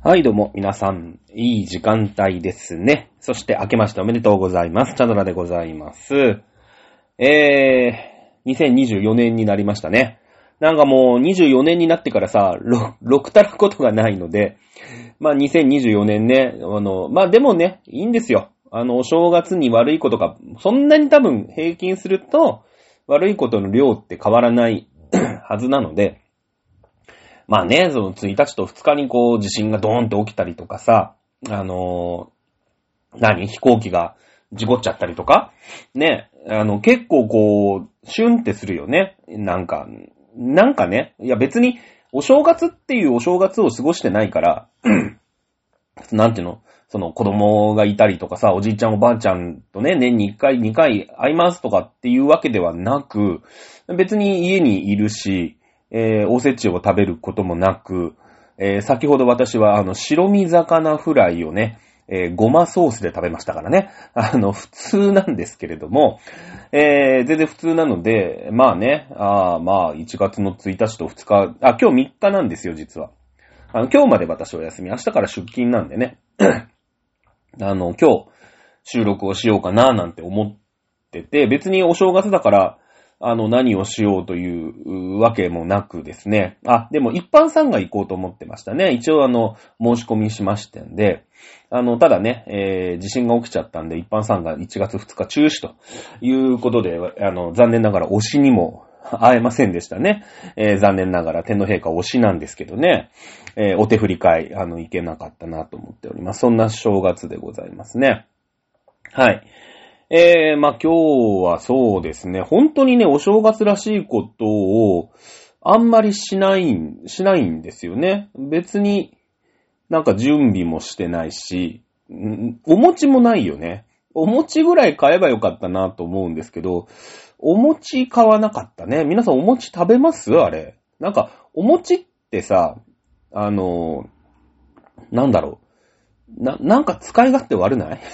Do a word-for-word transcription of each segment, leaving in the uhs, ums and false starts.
はい、どうも、皆さん、いい時間帯ですね。そして、明けましておめでとうございます。チャドラでございます。えー、にせんにじゅうよねんになりましたね。なんかもう、にじゅうよねんになってからさ、ろ、ろくたらことがないので、まあ、にせんにじゅうよねんね、あの、まあ、でもね、いいんですよ。あの、お正月に悪いことが、そんなに多分、平均すると、悪いことの量って変わらないはずなので、まあね、そのついたちとふつかにこう地震がドーンって起きたりとかさ、あのー、何飛行機が事故っちゃったりとかね、あの結構こう、シュンってするよね。なんか、なんかね、いや別にお正月っていうお正月を過ごしてないから、なんていうのその子供がいたりとかさ、おじいちゃんおばあちゃんとね、年にいっかいにかい会いますとかっていうわけではなく、別に家にいるし、えー、おせちを食べることもなく、えー、先ほど私はあの白身魚フライをね、えー、ごまソースで食べましたからね。あの、普通なんですけれども、えー、全然普通なので、まあね、あまあいちがつのついたちとふつか、あ、今日みっかなんですよ、実は。あの、今日まで私は休み、明日から出勤なんでね。あの、今日収録をしようかななんて思ってて、別にお正月だから、あの、何をしようというわけもなくですね。あ、でも一般参賀行こうと思ってましたね。一応あの、申し込みしましてんで、あの、ただね、えー、地震が起きちゃったんで、一般参賀いちがつふつか中止ということで、あの、残念ながら推しにも会えませんでしたね。えー、残念ながら天皇陛下推しなんですけどね、えー、お手振り会、あの、行けなかったなと思っております。そんな正月でございますね。はい。えー、まあ、今日はそうですね、本当にね、お正月らしいことをあんまりしない、しないんですよね。別になんか準備もしてないし、んお餅もないよね。お餅ぐらい買えばよかったなと思うんですけど、お餅買わなかったね。皆さんお餅食べますあれ。なんか、お餅ってさ、あの、なんだろう。な、なんか使い勝手悪ない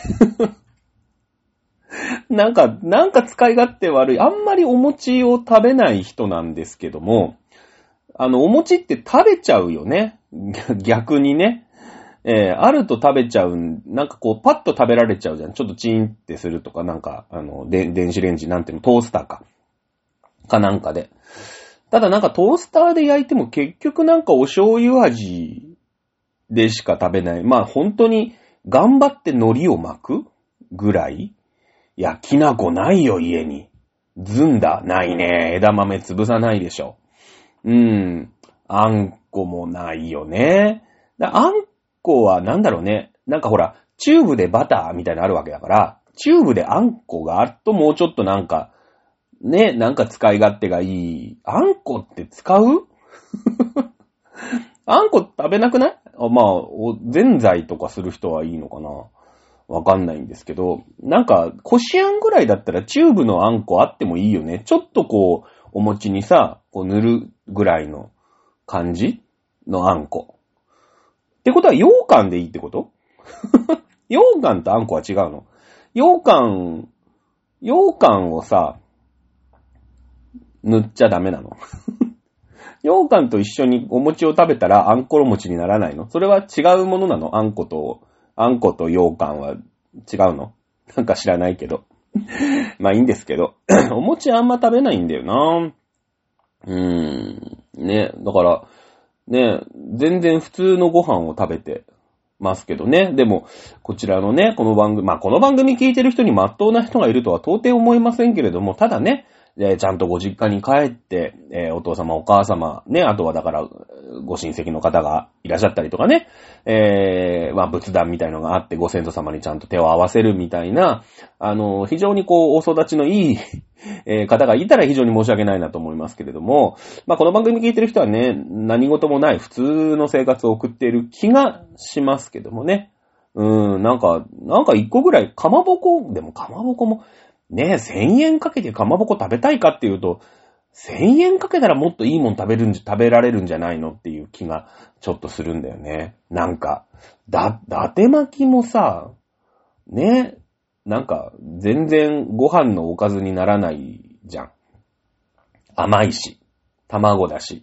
なんか、なんか使い勝手悪い。あんまりお餅を食べない人なんですけども、あの、お餅って食べちゃうよね。逆にね。えー、あると食べちゃう、なんかこう、パッと食べられちゃうじゃん。ちょっとチーンってするとか、なんか、あの、で、電子レンジなんていうの、トースターか。かなんかで。ただなんかトースターで焼いても結局なんかお醤油味でしか食べない。まあ本当に頑張って海苔を巻くぐらい。いや、きな粉ないよ、家に。ずんだないね。枝豆潰さないでしょ。うーん。あんこもないよね。あんこはなんだろうね。なんかほら、チューブでバターみたいなのあるわけだから、チューブであんこがあるともうちょっとなんか、ね、なんか使い勝手がいい。あんこって使うあんこ食べなくないあまあ、ぜんざいとかする人はいいのかなわかんないんですけど、なんか、こしあんぐらいだったらチューブのあんこあってもいいよね。ちょっとこう、お餅にさ、こう塗るぐらいの感じのあんこ。ってことは、羊羹でいいってこと羊羹とあんこは違うの羊羹、羊羹をさ、塗っちゃダメなの羊羹と一緒にお餅を食べたらあんころ餅にならないのそれは違うものなのあんこと、あんこと羊羹は違うのなんか知らないけど。まあいいんですけど。お餅あんま食べないんだよな。うーん。ね。だから、ね、全然普通のご飯を食べてますけどね。でも、こちらのね、この番組、まあこの番組聞いてる人に真っ当な人がいるとは到底思いませんけれども、ただね、で、ちゃんとご実家に帰って、えー、お父様お母様、ね、あとはだから、ご親戚の方がいらっしゃったりとかね、えー、まあ仏壇みたいのがあって、ご先祖様にちゃんと手を合わせるみたいな、あの、非常にこう、お育ちのいい、えー、方がいたら非常に申し訳ないなと思いますけれども、まあこの番組聞いてる人はね、何事もない普通の生活を送っている気がしますけどもね。うーん、なんか、なんか一個ぐらい、かまぼこ、でもかまぼこも、ねえ、千円かけてかまぼこ食べたいかっていうと、千円かけたらもっといいもん食べるんじ、食べられるんじゃないのっていう気がちょっとするんだよね。なんか、だ、伊達巻きもさ、ね、なんか、全然ご飯のおかずにならないじゃん。甘いし、卵だし。い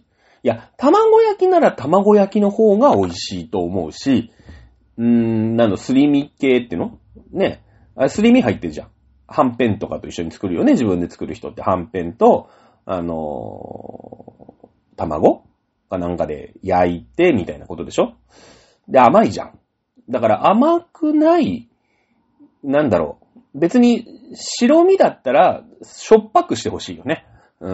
や、卵焼きなら卵焼きの方が美味しいと思うし、うーん、なんの、すり身系ってのね。あれ、すり身入ってるじゃん。はんぺんとかと一緒に作るよね。自分で作る人って。はんぺんと、あのー、卵かなんかで焼いて、みたいなことでしょ。で、甘いじゃん。だから甘くない、なんだろう。別に、白身だったら、しょっぱくしてほしいよね。うん。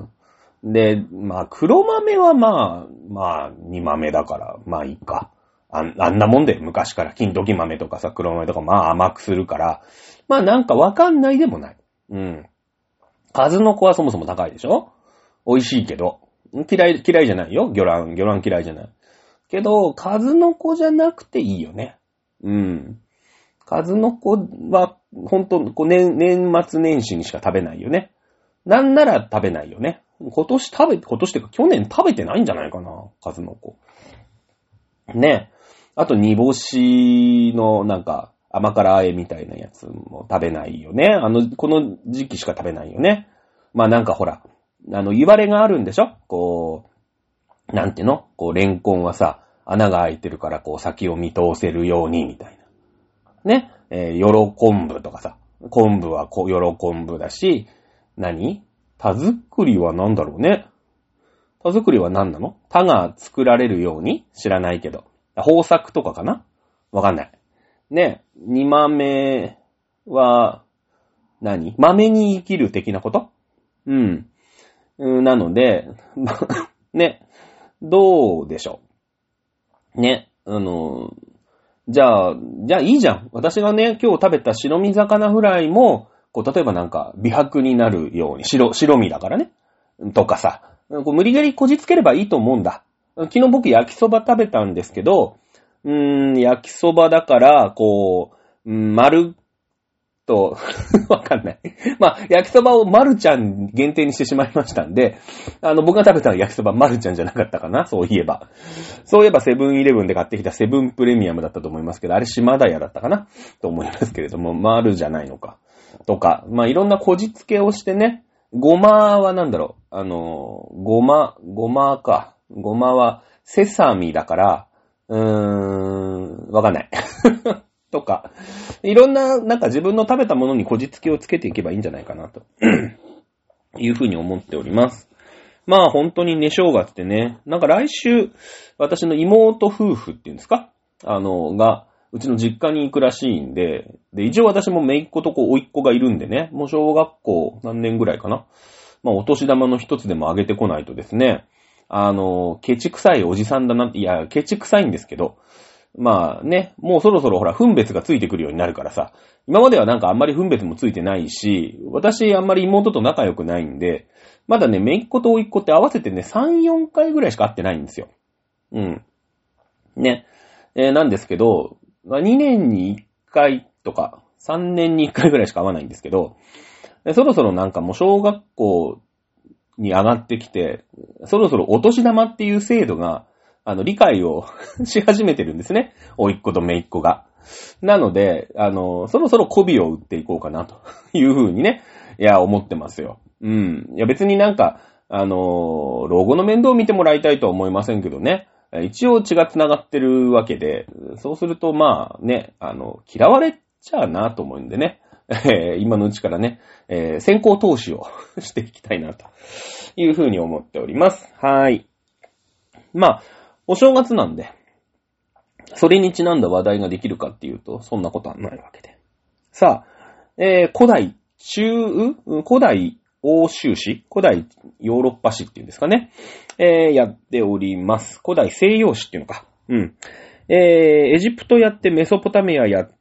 で、まあ、黒豆はまあ、まあ、煮豆だから、まあいいか。あん、あんなもんで、昔から、金時豆とかさ、黒豆とか、まあ甘くするから、まあなんかわかんないでもない。うん。数の子はそもそも高いでしょ？美味しいけど。嫌い、嫌いじゃないよ。魚卵、魚卵嫌いじゃない。けど、数の子じゃなくていいよね。うん。数の子は、ほんと、こう年、年末年始にしか食べないよね。なんなら食べないよね。今年食べ、今年ってか去年食べてないんじゃないかな、数の子。ね。あと、煮干しの、なんか、甘辛和えみたいなやつも食べないよね。あの、この時期しか食べないよね。まあなんかほら、あの、言われがあるんでしょ？こう、なんていうの？こう、レンコンはさ、穴が開いてるから、こう、先を見通せるように、みたいな。ね。えー、よろ昆布とかさ、昆布はこう、よろ昆布だし、何？田作りは何だろうね。田作りは何なの？田が作られるように？知らないけど。豊作とかかな？わかんない。ね。煮豆は何？豆に生きる的なこと？うん。なので、ね。どうでしょう。ね。あの、じゃあ、じゃあいいじゃん。私がね、今日食べた白身魚フライも、こう、例えばなんか、美白になるように、白、白身だからね。とかさ、こう無理やりこじつければいいと思うんだ。昨日僕焼きそば食べたんですけど、うーん、焼きそばだから、こう、丸と、わかんない。まあ、焼きそばを丸ちゃん限定にしてしまいましたんで、あの、僕が食べた焼きそば丸ちゃんじゃなかったかな、そういえば。そういえばセブンイレブンで買ってきたセブンプレミアムだったと思いますけど、あれ島田屋だったかなと思いますけれども、丸じゃないのか。とか、まあ、いろんなこじつけをしてね、ごまはなんだろう、あの、ごま、ごまか。ごまはセサミだから、うーん、わかんない。とか、いろんな、なんか自分の食べたものにこじつけをつけていけばいいんじゃないかな、というふうに思っております。まあ本当にね、正月ってね、なんか来週、私の妹夫婦っていうんですか？あの、が、うちの実家に行くらしいんで、で、一応私も姪っ子とこう、甥っ子がいるんでね、もう小学校何年ぐらいかな。まあ、お年玉の一つでもあげてこないとですね、あの、ケチ臭いおじさんだなって、いや、ケチ臭いんですけど、まあね、もうそろそろほら、分別がついてくるようになるからさ、今まではなんかあんまり分別もついてないし、私あんまり妹と仲良くないんで、まだね、姪っ子と甥っ子って合わせてね、さん、よんかいぐらいしか会ってないんですよ。うん。ね。えー、なんですけど、にねんにいっかいとか、さんねんにいっかいぐらいしか会わないんですけど、そろそろなんかもう小学校に上がってきて、そろそろお年玉っていう制度が、あの、理解をし始めてるんですね。甥っ子と姪っ子が。なので、あの、そろそろ媚びを打っていこうかなというふうにね、いや、思ってますよ。うん。いや、別になんか、あの、老後の面倒を見てもらいたいとは思いませんけどね。一応血が繋がってるわけで、そうするとまあね、あの、嫌われちゃうなと思うんでね、えー、今のうちからね、えー、先行投資をしていきたいなというふうに思っております。はい。まあ、お正月なんで、それにちなんだ話題ができるかっていうと、そんなことはないわけで。さあ、えー、古代中、古代欧州史古代ヨーロッパ史っていうんですかね。えー、やっております。古代西洋史っていうのか。うん。えー、エジプトやってメソポタミアやって、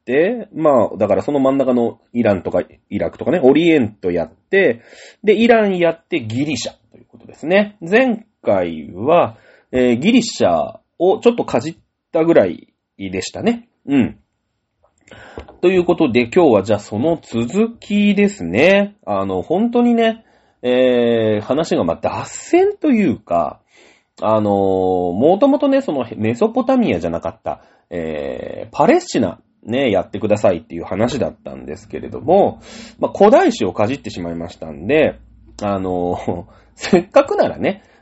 まあ、だからその真ん中のイランとかイラクとかね、オリエントやって、で、イランやってギリシャということですね。前回は、えー、ギリシャをちょっとかじったぐらいでしたね。うん。ということで、今日はじゃあその続きですね。あの、本当にね、えー、話がまあ脱線というか、あのー、もともとね、そのメソポタミアじゃなかった、えー、パレスチナ、ね、やってくださいっていう話だったんですけれども、まあ、古代史をかじってしまいましたんで、あのー、せっかくならね、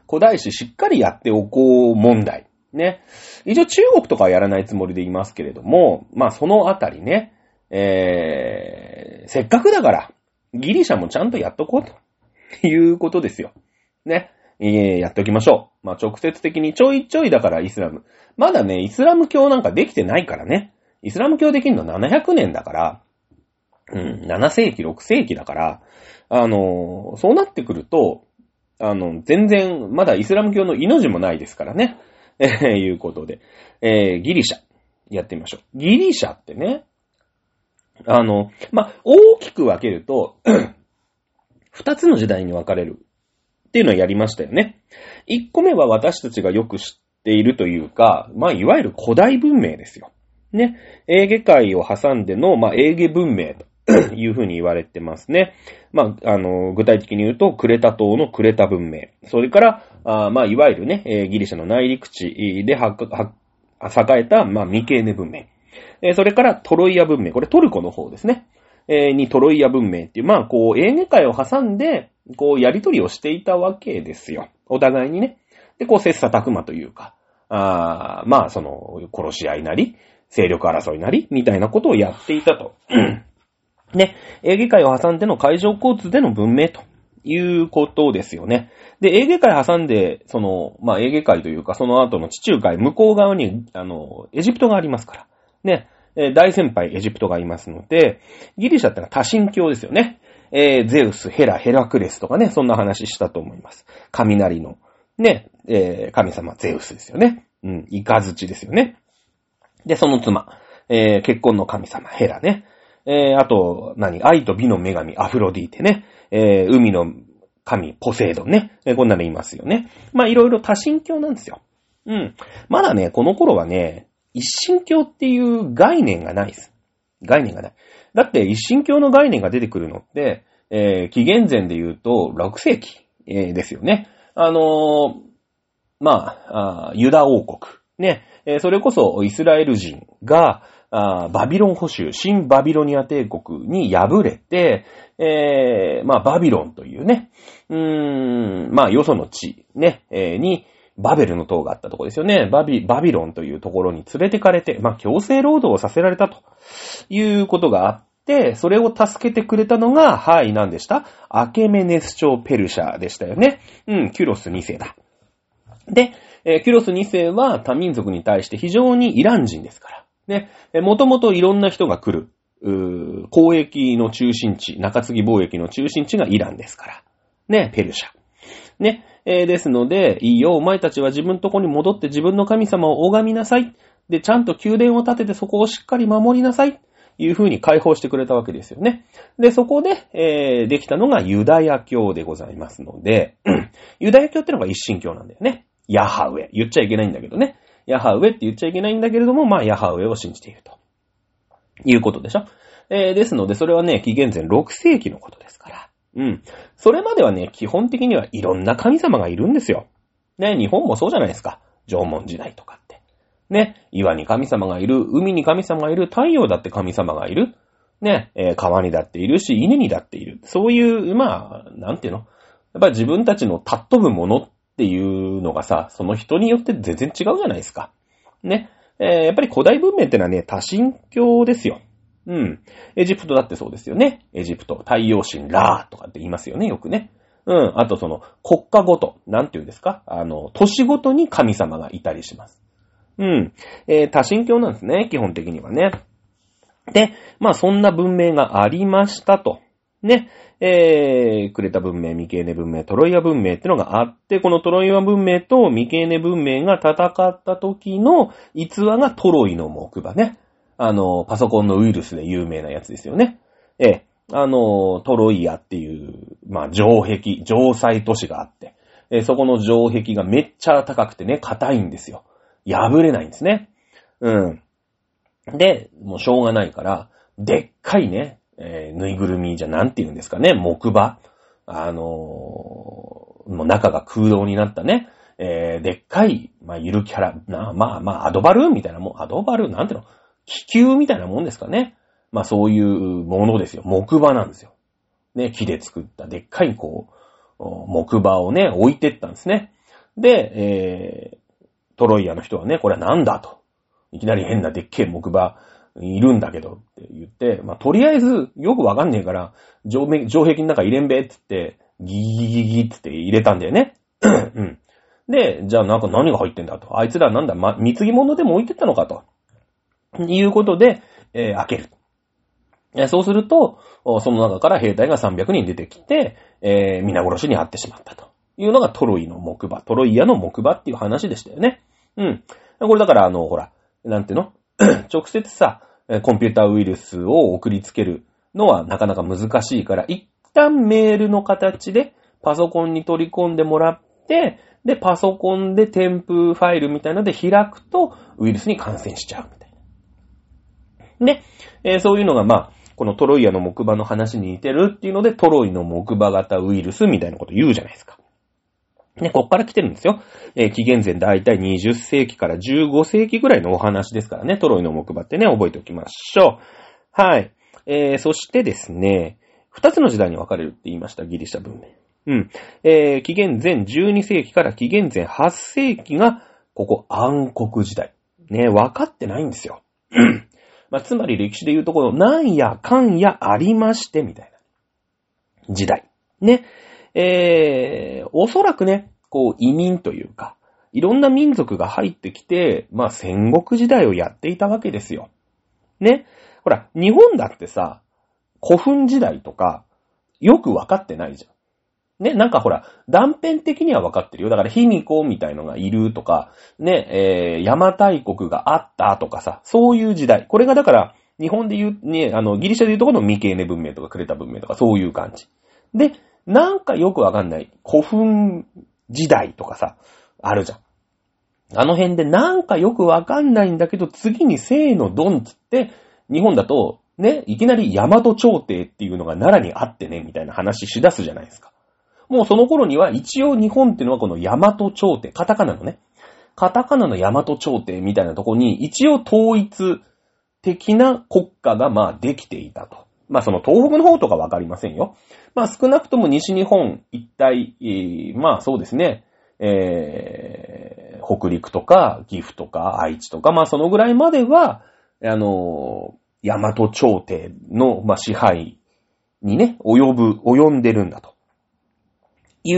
古代史しっかりやっておこう問題。ね。一応中国とかはやらないつもりでいますけれども、まあそのあたりね、えー、せっかくだから、ギリシャもちゃんとやっとこうということですよ。ね。えー、やっておきましょう。まあ直接的にちょいちょいだからイスラム。まだね、イスラム教なんかできてないからね。イスラム教できるのななひゃくねんだから、うん、ななせいき、ろくせいきだから、あのー、そうなってくると、あの、全然、まだイスラム教の命もないですからね。えー、いうことで。えー、ギリシャ。やってみましょう。ギリシャってね、あの、まあ、大きく分けると、二つの時代に分かれるっていうのをやりましたよね。一個目は私たちがよく知っているというか、まあ、いわゆる古代文明ですよ。ね。エーゲ海を挟んでの、まあ、エーゲ文明というふうに言われてますね。まあ、あの、具体的に言うと、クレタ島のクレタ文明。それから、あまあ、いわゆるね、ギリシャの内陸地ではは栄えた、まあ、ミケーネ文明。えー、それからトロイア文明。これトルコの方ですね。えー、にトロイア文明っていう、まあ、こう、エーゲ海を挟んで、こう、やりとりをしていたわけですよ。お互いにね。で、こう、切磋琢磨というか、あまあ、その、殺し合いなり、勢力争いなり、みたいなことをやっていたと。ね。エーゲ海を挟んでの海上交通での文明ということですよね。で、エーゲ海挟んで、その、まあ、エーゲ海というか、その後の地中海、向こう側に、あの、エジプトがありますから。ね。大先輩エジプトがいますので、ギリシャってのは多神教ですよね。えー、ゼウス、ヘラ、ヘラクレスとかね、そんな話したと思います。雷の、ね、えー、神様、ゼウスですよね。うん、イカズチですよね。で、その妻、えー、結婚の神様、ヘラね。えー、あと、何、愛と美の女神、アフロディーテね。えー、海の神、ポセイドンね。えー、こんなのいますよね。まあ、いろいろ多神教なんですよ。うん。まだね、この頃はね、一神教っていう概念がないです。概念がない。だって一神教の概念が出てくるのって、えー、紀元前で言うとろくせいき、えー、ですよね。あのー、まあ、あユダ王国。ね、えー。それこそイスラエル人が、あバビロン保守、新バビロニア帝国に敗れて、えー、まあ、バビロンというね、うーん、まあ、よその地、ね、えー、に、バベルの塔があったところですよね。バビ、バビロンというところに連れてかれて、まあ、強制労働をさせられたということがあって、それを助けてくれたのが、はい、何でした？アケメネス朝ペルシャでしたよね。うん、キュロスにせいだ。で、えー、キュロスにせいは多民族に対して非常にイラン人ですから。ね、えー、もともといろんな人が来る、うー、交易の中心地、中継ぎ貿易の中心地がイランですから。ね、ペルシャ。ね、えー、ですので、いいよ、お前たちは自分のとこに戻って自分の神様を拝みなさい。で、ちゃんと宮殿を建ててそこをしっかり守りなさい。いう風に解放してくれたわけですよね。で、そこで、えー、できたのがユダヤ教でございますので、ユダヤ教ってのが一神教なんだよね。ヤハウェ。言っちゃいけないんだけどね。ヤハウェって言っちゃいけないんだけれども、まあ、ヤハウェを信じていると。いうことでしょ。えー、ですので、それはね、紀元前ろくせいきのことですから。うん。それまではね、基本的にはいろんな神様がいるんですよ。ね、日本もそうじゃないですか。縄文時代とかって。ね、岩に神様がいる、海に神様がいる、太陽だって神様がいる。ね、えー、川にだっているし、稲にだっている。そういう、まあ、なんていうの？やっぱり自分たちの尊ぶものっていうのがさ、その人によって全然違うじゃないですか。ね。えー、やっぱり古代文明ってのはね、多神教ですよ。うん。エジプトだってそうですよね。エジプト、太陽神ラーとかって言いますよね、よくね。うん。あとその、国家ごと、なんて言うんですか？あの、都市ごとに神様がいたりします。うん。えー、多神教なんですね、基本的にはね。で、まあそんな文明がありましたと。ね。えー、クレタ文明、ミケーネ文明、トロイア文明ってのがあって、このトロイア文明とミケーネ文明が戦った時の逸話がトロイの木馬ね。あの、パソコンのウイルスで有名なやつですよね。ええ、あの、トロイアっていう、まあ、城壁、城塞都市があって、えそこの城壁がめっちゃ高くてね、硬いんですよ。破れないんですね。うん。で、もうしょうがないから、でっかいね、えー、ぬいぐるみじゃなんて言うんですかね、木馬。あのー、もう中が空洞になったね、えー、でっかい、まあ、ゆるキャラ、な、まあまあ、アドバルーンみたいなもん、アドバルーン、なんていうの？気球みたいなもんですかね。まあそういうものですよ。木馬なんですよ。ね、木で作ったでっかいこう、木馬をね、置いてったんですね。 で、えー、トロイアの人はね、これはなんだと。いきなり変なでっけえ木馬いるんだけどって言って、まあ、とりあえずよくわかんねえから、城壁、城壁の中入れんべえっつって、ギギギギってって入れたんだよね。うん。で、じゃあなんか何が入ってんだと。あいつらなんだ、ま、貢ぎ物でも置いてったのかと。いうことで、えー、開ける。そうすると、その中から兵隊がさんびゃくにん出てきて、えー、皆殺しに遭ってしまったというのがトロイの木馬、トロイアの木馬っていう話でしたよね。うん。これだからあの、ほら、なんていうの直接さ、コンピューターウイルスを送りつけるのはなかなか難しいから、一旦メールの形でパソコンに取り込んでもらって、で、パソコンで添付ファイルみたいなので開くと、ウイルスに感染しちゃうみたいな。で、えー、そういうのがまあ、このトロイアの木馬の話に似てるっていうので、トロイの木馬型ウイルスみたいなこと言うじゃないですか。ね、こっから来てるんですよ。えー、紀元前だいたいにじゅっせいきからじゅうごせいきぐらいのお話ですからね、トロイの木馬ってね、覚えておきましょう。はい。えー、そしてですね、二つの時代に分かれるって言いました、ギリシャ文明。うん。えー、紀元前じゅうにせいきから紀元前はっせいきが、ここ暗黒時代。ね、分かってないんですよ。まあ、つまり歴史で言うところ、なんやかんやありまして、みたいな時代。ね。えー、おそらくね、こう移民というか、いろんな民族が入ってきて、まあ戦国時代をやっていたわけですよ。ね。ほら、日本だってさ、古墳時代とか、よくわかってないじゃん。ね、なんかほら、断片的にはわかってるよ。だから、卑弥呼みたいのがいるとか、ね、えー、邪馬台国があったとかさ、そういう時代。これがだから、日本で言う、ね、あの、ギリシャで言うところのミケーネ文明とかクレタ文明とか、そういう感じ。で、なんかよくわかんない、古墳時代とかさ、あるじゃん。あの辺でなんかよくわかんないんだけど、次にせーのドンつって、日本だと、ね、いきなり大和朝廷っていうのが奈良にあってね、みたいな話し出すじゃないですか。もうその頃には一応日本っていうのはこの大和朝廷、カタカナのね、カタカナの大和朝廷みたいなところに一応統一的な国家がまあできていたと。まあその東北の方とかわかりませんよ。まあ少なくとも西日本一帯、えー、まあそうですね、えー、北陸とか岐阜とか愛知とか、まあそのぐらいまでは、あのー、大和朝廷の、まあ、支配にね、及ぶ、及んでるんだと。いう、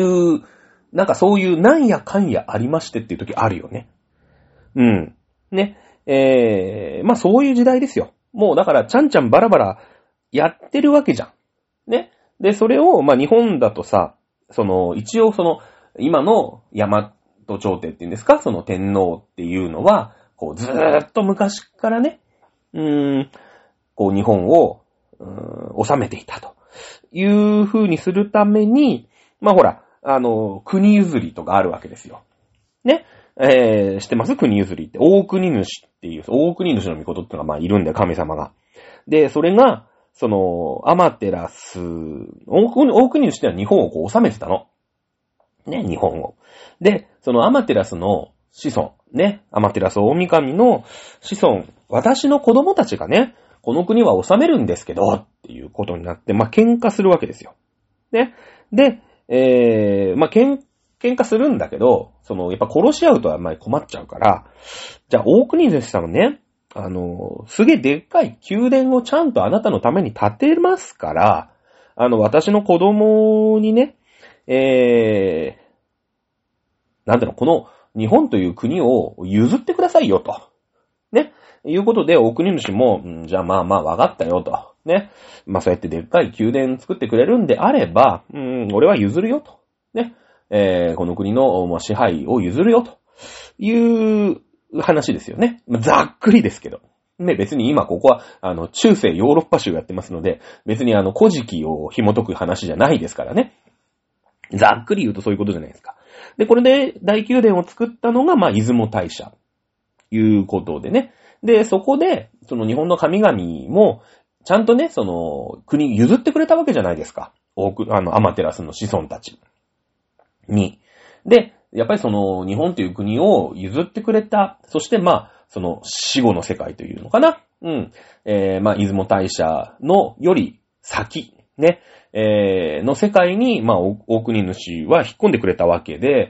なんかそういうなんやかんやありましてっていう時あるよね。うん。ね。えー、まあそういう時代ですよ。もうだからちゃんちゃんバラバラやってるわけじゃん。ね。で、それを、まあ日本だとさ、その、一応その、今の大和朝廷っていうんですか、その天皇っていうのは、こうずーっと昔からね、うーん、こう日本を、うーん、治めていたという風にするために、まあほら、あの、国譲りとかあるわけですよ。ね。えー、知ってます？国譲りって。大国主っていう、大国主の御事っていうのがまあいるんだよ、神様が。で、それが、その、アマテラス、大国、大国主ってのは日本をこう治めてたの。ね、日本を。で、そのアマテラスの子孫、ね、アマテラス大神の子孫、私の子供たちがね、この国は治めるんですけど、っていうことになって、まあ喧嘩するわけですよ。ね。で、えー、まあ、けん、喧嘩するんだけど、その、やっぱ殺し合うとはまあ困っちゃうから、じゃあ、大国主さんね、あの、すげえでっかい宮殿をちゃんとあなたのために建てますから、あの、私の子供にね、えー、なんていうの、この日本という国を譲ってくださいよと。ね。いうことで、大国主も、んじゃあまあまあわかったよと。ね。まあそうやってでっかい宮殿作ってくれるんであれば、うん、俺は譲るよと。ね。えー、この国の、まあ、支配を譲るよという話ですよね。まあ、ざっくりですけど。ね、別に今ここは、あの、中世ヨーロッパ州やってますので、別にあの、古事記を紐解く話じゃないですからね。ざっくり言うとそういうことじゃないですか。で、これで大宮殿を作ったのが、まあ、出雲大社。いうことでね。で、そこで、その日本の神々も、ちゃんとね、その、国譲ってくれたわけじゃないですか。多く、あの、アマテラスの子孫たちに。で、やっぱりその、日本という国を譲ってくれた。そして、まあ、その、死後の世界というのかな。うん。えー、まあ、出雲大社のより先、ね、えー、の世界に、まあ、大国主は引っ込んでくれたわけで、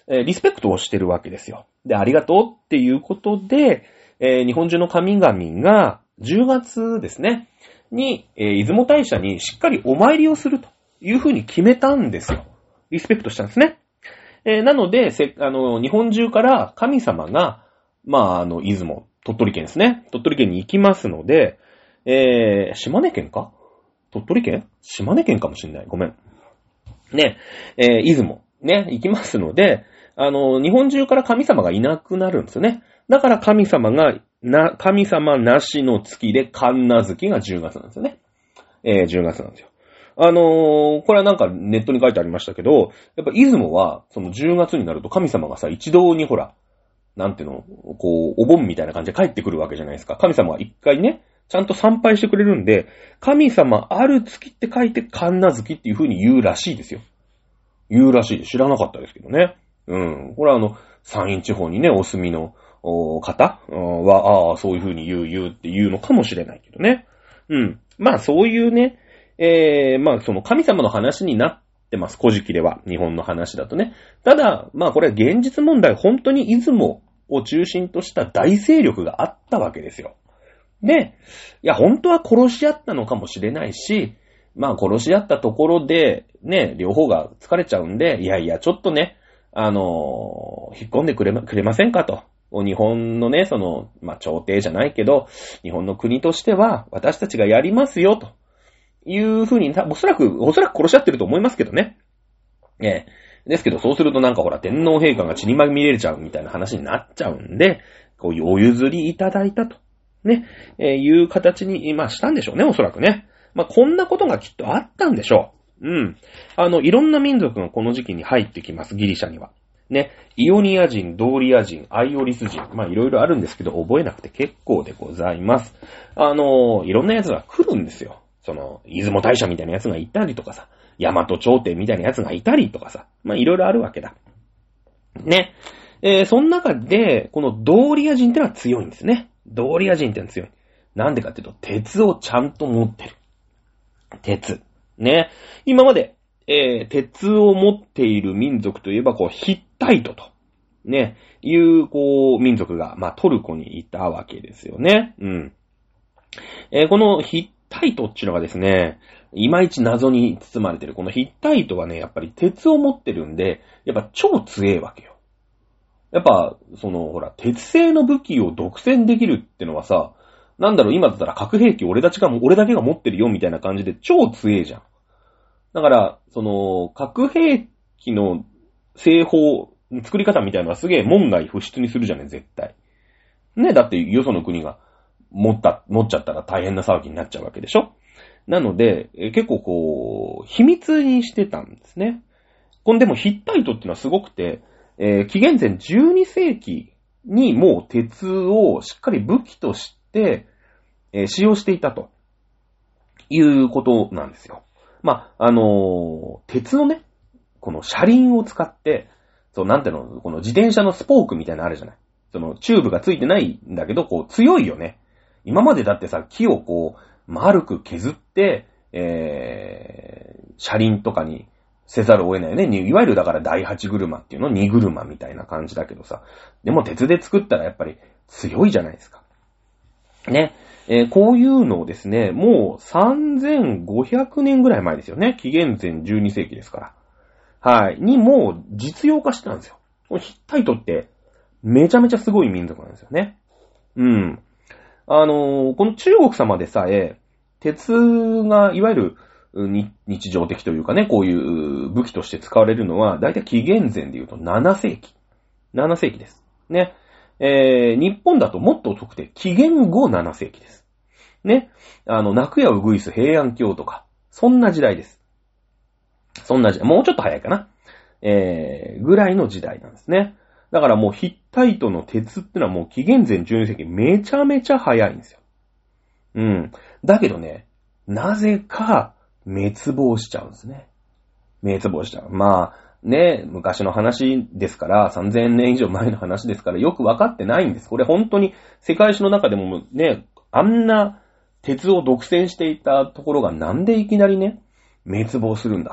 えー、リスペクトをしてるわけですよ。で、ありがとうっていうことで、えー、日本中の神々がじゅうがつですね、に、えー、出雲大社にしっかりお参りをするというふうに決めたんですよ。リスペクトしたんですね。えー、なので、せ、あの、日本中から神様が、まあ、あの、出雲、鳥取県ですね。鳥取県に行きますので、えー、島根県か？鳥取県？島根県かもしれない。ごめん。ね、えー、出雲、ね、行きますので、あの、日本中から神様がいなくなるんですよね。だから神様が、な、神様なしの月で神無月がじゅうがつなんですよね。えー、じゅうがつなんですよ。あのー、これはなんかネットに書いてありましたけど、やっぱ出雲は、そのじゅうがつになると神様がさ、一堂にほら、なんていうの、こう、お盆みたいな感じで帰ってくるわけじゃないですか。神様は一回ね、ちゃんと参拝してくれるんで、神様ある月って書いて神無月っていう風に言うらしいですよ。言うらしいです。知らなかったですけどね。うん。これはあの、山陰地方にね、お住みの方は、ああ、そういう風に言う言うって言うのかもしれないけどね。うん。まあそういうね、えー、まあその神様の話になってます。古事記では。日本の話だとね。ただ、まあこれは現実問題、本当に出雲を中心とした大勢力があったわけですよ。で、いや、本当は殺し合ったのかもしれないし、まあ殺し合ったところで、ね、両方が疲れちゃうんで、いやいや、ちょっとね、あのー、引っ込んでくれま、くれませんかと。日本のね、その、まあ朝廷じゃないけど、日本の国としては、私たちがやりますよ、というふうに、おそらく、おそらく殺し合ってると思いますけどね。ええ。ですけど、そうするとなんかほら、天皇陛下が血にまみれちゃうみたいな話になっちゃうんで、こういうお譲りいただいたと。ね、えー、いう形に、まあしたんでしょうね、おそらくね。まあこんなことがきっとあったんでしょう。うん。あの、いろんな民族がこの時期に入ってきます、ギリシャには。ね、イオニア人、ドーリア人、アイオリス人、まあいろいろあるんですけど、覚えなくて結構でございます。あの、いろんな奴が来るんですよ。その、出雲大社みたいな奴がいたりとかさ、大和朝廷みたいな奴がいたりとかさ、まあいろいろあるわけだ。ね。えー、その中で、このドーリア人ってのは強いんですね。ドーリア人ってのは強い。なんでかっていうと、鉄をちゃんと持ってる。鉄。ね。今まで、えー、鉄を持っている民族といえば、こう、ヒッタイトと。ね。いう、こう、民族が、まあ、トルコにいたわけですよね。うん。えー、このヒッタイトっていうのがですね、いまいち謎に包まれてる。このヒッタイトはね、やっぱり鉄を持ってるんで、やっぱ超強いわけよ。やっぱ、その、ほら、鉄製の武器を独占できるってのはさ、なんだろう、今だったら核兵器俺たちが、俺だけが持ってるよみたいな感じで超強いじゃん。だから、その、核兵器の製法、作り方みたいなのはすげえ門外不出にするじゃね、絶対。ね、だってよその国が持った、持っちゃったら大変な騒ぎになっちゃうわけでしょ。なので、え結構こう、秘密にしてたんですね。こんでもヒッタイトっていうのはすごくて、えー、紀元前じゅうにせいきにもう鉄をしっかり武器として、えー、使用していたということなんですよ。まあ、あのー、鉄のね、この車輪を使って、そう、なんていうの、この自転車のスポークみたいなのあるじゃない。そのチューブがついてないんだけど、こう強いよね。今までだってさ、木をこう、丸く削って、えー、車輪とかにせざるを得ないよね。いわゆるだから第八車っていうの、二車みたいな感じだけどさ。でも鉄で作ったらやっぱり強いじゃないですか。ね。えー、こういうのをですね、もうさんぜんごひゃくねんぐらい前ですよね。紀元前じゅうにせいきですから。はい。にもう実用化してたんですよ。このヒッタイトってめちゃめちゃすごい民族なんですよね。うん。あのー、この中国様でさえ、鉄がいわゆる日常的というかね、こういう武器として使われるのは、だいたい紀元前で言うとななせいき。ななせいきです。ね。えー、日本だともっと遅くて、紀元後ななせいきです。ね。あの、泣くやうぐいす平安京とか、そんな時代です。そんな時代、もうちょっと早いかな。えー、ぐらいの時代なんですね。だからもうヒッタイトの鉄ってのはもう紀元前じゅうにせいきめちゃめちゃ早いんですよ。うん。だけどね、なぜか滅亡しちゃうんですね。滅亡しちゃう。まあ、ね、昔の話ですから、さんぜんねん以上前の話ですからよくわかってないんです。これ本当に世界史の中でもね、あんな鉄を独占していたところがなんでいきなりね、滅亡するんだと。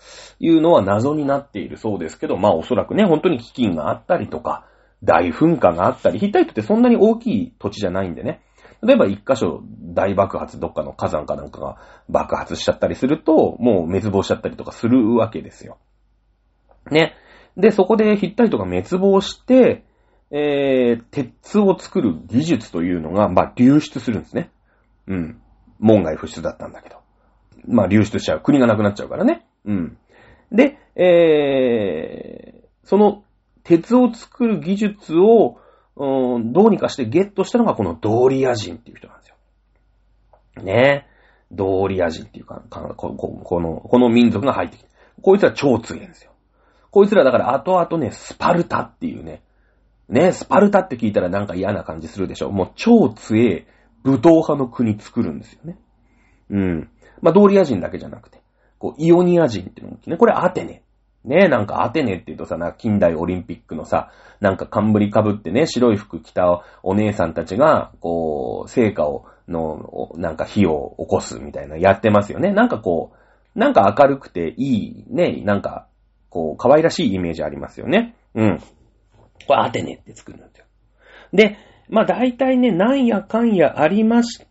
いうのは謎になっているそうですけど、まあおそらくね、本当に飢饉があったりとか、大噴火があったり、ヒッタイトってそんなに大きい土地じゃないんでね。例えば一箇所大爆発、どっかの火山かなんかが爆発しちゃったりすると、もう滅亡しちゃったりとかするわけですよ。ね。で、そこでヒッタイトが滅亡して、えー、鉄を作る技術というのが、まあ流出するんですね。うん。門外不出だったんだけど。まあ流出しちゃう。国がなくなっちゃうからね。うん。で、えー、その鉄を作る技術を、うん、どうにかしてゲットしたのがこのドーリア人っていう人なんですよ。ねえ。ドーリア人っていうか、こ, こ, この、この民族が入ってきて。こいつら超強いんですよ。こいつらだから後々ね、スパルタっていうね。ね、スパルタって聞いたらなんか嫌な感じするでしょ。もう超強い武闘派の国作るんですよね。うん。まあ、ドーリア人だけじゃなくて、こう、イオニア人っていうのもね、これアテネ。ねえ、なんかアテネって言うとさ、な近代オリンピックのさ、なんか冠被ってね、白い服着たお姉さんたちが、こう、聖火を、の、なんか火を起こすみたいなやってますよね。なんかこう、なんか明るくていい、ね、なんか、こう、可愛らしいイメージありますよね。うん。これアテネって作るんですよ。で、まあ大体ね、なんやかんやありまして、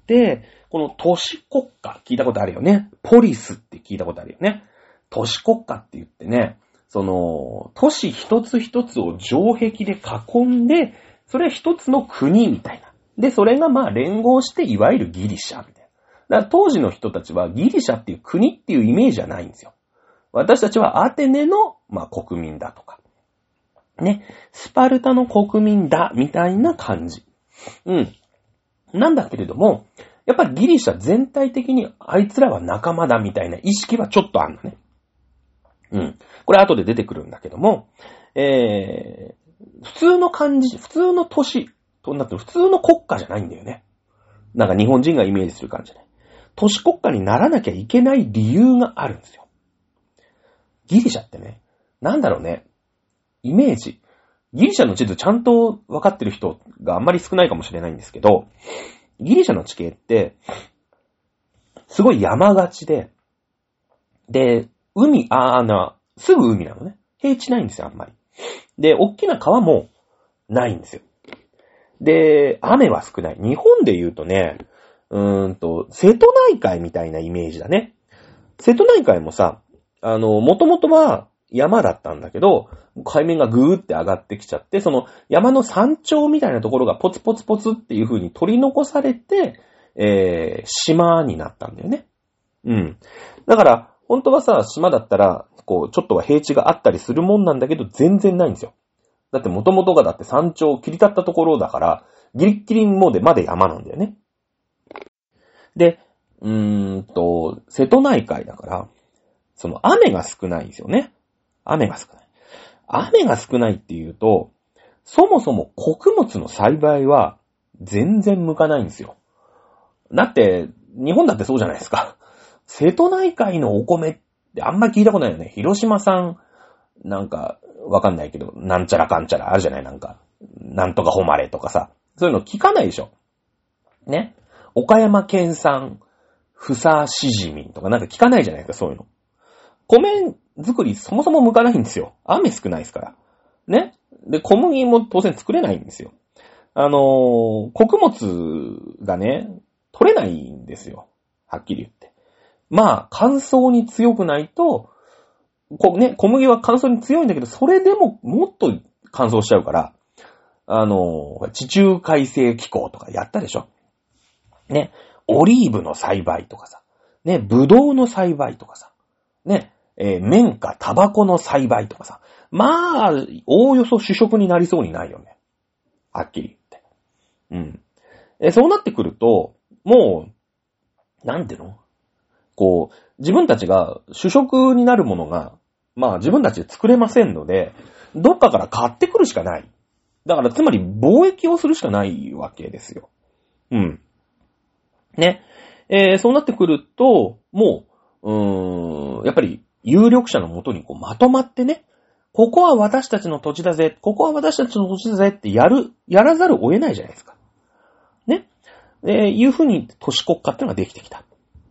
この都市国家、聞いたことあるよね。ポリスって聞いたことあるよね。都市国家って言ってね、その、都市一つ一つを城壁で囲んで、それは一つの国みたいな。で、それがまあ連合して、いわゆるギリシャみたいな。だから当時の人たちはギリシャっていう国っていうイメージじゃないんですよ。私たちはアテネの、まあ、国民だとか。ね。スパルタの国民だ、みたいな感じ。うん。なんだけれども、やっぱりギリシャ全体的にあいつらは仲間だみたいな意識はちょっとあるのね。うん。これ後で出てくるんだけども、えー、普通の感じ、普通の都市となって普通の国家じゃないんだよね。なんか日本人がイメージする感じじゃない。都市国家にならなきゃいけない理由があるんですよ。ギリシャってね、なんだろうね、イメージ。ギリシャの地図ちゃんと分かってる人があんまり少ないかもしれないんですけど、ギリシャの地形って、すごい山がちで、で、海、あーな、すぐ海なのね。平地ないんですよ、あんまり。で、大きな川もないんですよ。で、雨は少ない。日本で言うとね、うーんと、瀬戸内海みたいなイメージだね。瀬戸内海もさ、あの、もともとは山だったんだけど、海面がぐーって上がってきちゃって、その山の山頂みたいなところがポツポツポツっていう風に取り残されて、えー、島になったんだよね。うん。だから、本当はさ、島だったら、こう、ちょっとは平地があったりするもんなんだけど、全然ないんですよ。だって元々がだって山頂切り立ったところだから、ギリッギリもでまで山なんだよね。で、うーんと、瀬戸内海だから、その雨が少ないんですよね。雨が少ない。雨が少ないっていうと、そもそも穀物の栽培は全然向かないんですよ。だって、日本だってそうじゃないですか。瀬戸内海のお米ってあんま聞いたことないよね。広島産、なんか、わかんないけど、なんちゃらかんちゃらあるじゃないなんか、なんとか誉れとかさ。そういうの聞かないでしょ。ね。岡山県産、ふさしじみとかなんか聞かないじゃないですか、そういうの。米作りそもそも向かないんですよ。雨少ないですから。ね。で、小麦も当然作れないんですよ。あのー、穀物がね、取れないんですよ。はっきり言って。まあ、乾燥に強くないと、こね、小麦は乾燥に強いんだけど、それでももっと乾燥しちゃうから、あのー、地中海性気候とかやったでしょ。ね、オリーブの栽培とかさ、ね、ブドウの栽培とかさ、ね、えー、綿花、タバコの栽培とかさ、まあ、おおよそ主食になりそうにないよね。はっきり言って。うん。え、そうなってくると、もう、なんていうの？こう、自分たちが主食になるものが、まあ自分たちで作れませんので、どっかから買ってくるしかない。だからつまり貿易をするしかないわけですよ。うん。ね。えー、そうなってくると、もう、うーん、やっぱり有力者のもとにこうまとまってね、ここは私たちの土地だぜ、ここは私たちの土地だぜってやる、やらざるを得ないじゃないですか。ね。えー、いうふうに都市国家っていうのができてきた。で、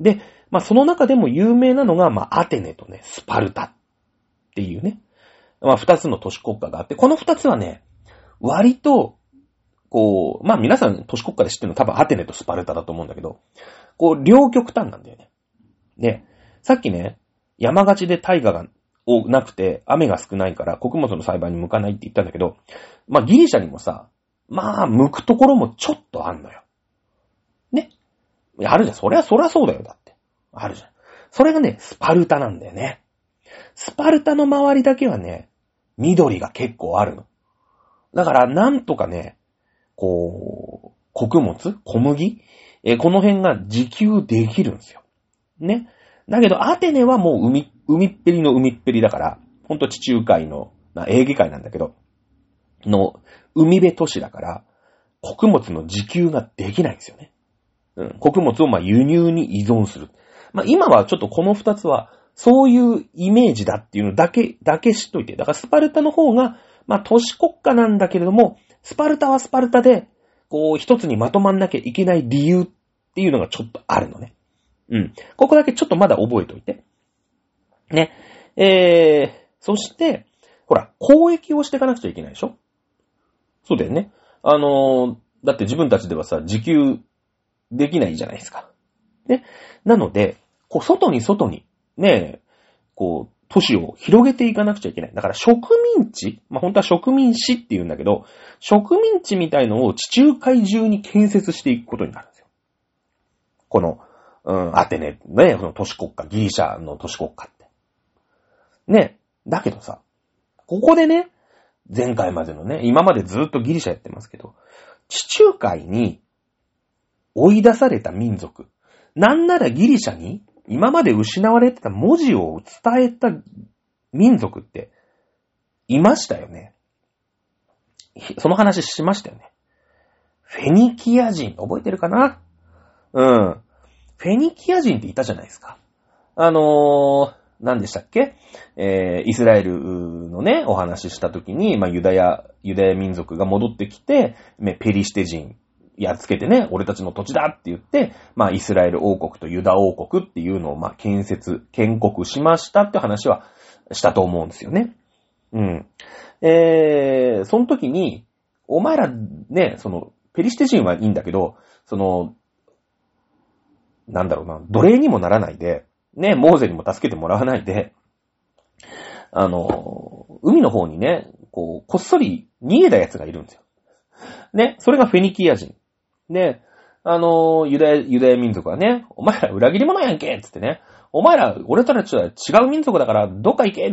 まあその中でも有名なのが、まあアテネとね、スパルタっていうね、まあ二つの都市国家があって、この二つはね、割と、こう、まあ皆さん都市国家で知ってるの多分アテネとスパルタだと思うんだけど、こう両極端なんだよね。で、さっきね、山がちで大河がなくて雨が少ないから穀物の栽培に向かないって言ったんだけど、まあギリシャにもさ、まあ向くところもちょっとあんのよ。ね。あるじゃん。そりゃそりゃそうだよ。だって。あるじゃん。それがね、スパルタなんだよね。スパルタの周りだけはね、緑が結構あるの。だからなんとかね、こう、穀物小麦え、この辺が自給できるんですよ。ね。だけど、アテネはもう海、海っぺりの海っぺりだから、ほんと地中海の、まあ、エーゲ海なんだけど、の、海辺都市だから、穀物の自給ができないんですよね。うん。穀物をまあ輸入に依存する。まあ今はちょっとこの二つは、そういうイメージだっていうのだけ、だけ知っといて。だからスパルタの方が、まあ都市国家なんだけれども、スパルタはスパルタで、こう一つにまとまんなきゃいけない理由っていうのがちょっとあるのね。うん。ここだけちょっとまだ覚えておいて。ね。えー、そして、ほら、交易をしていかなくちゃいけないでしょ？そうだよね。あのー、だって自分たちではさ、自給できないじゃないですか。ね。なので、こう、外に外に、ね、こう、都市を広げていかなくちゃいけない。だから植民地、まあ、本当は植民市って言うんだけど、植民地みたいのを地中海中に建設していくことになるんですよ。この、うん、アテネ、ね、その都市国家、ギリシャの都市国家って。ね。だけどさ、ここでね、前回までのね、今までずっとギリシャやってますけど、地中海に追い出された民族、なんならギリシャに今まで失われてた文字を伝えた民族っていましたよね。その話しましたよね。フェニキア人、覚えてるかな？うん。フェニキア人っていたじゃないですか。あのー、何でしたっけ？えー、イスラエルのね、お話ししたときに、まあ、ユダヤ、ユダヤ民族が戻ってきて、ペリシテ人、やっつけてね、俺たちの土地だって言って、まあ、イスラエル王国とユダ王国っていうのを、まあ、建設、建国しましたって話はしたと思うんですよね。うん。えー、その時に、お前らね、その、ペリシテ人はいいんだけど、その、なんだろうな、奴隷にもならないで、ね、モーゼにも助けてもらわないで、あの、海の方にね、こう、こっそり逃げた奴がいるんですよ。ね、それがフェニキア人。で、あの、ユダヤ、ユダヤ民族はね、お前ら裏切り者やんけっつってね、お前ら、俺たちは違う民族だから、どっか行けって、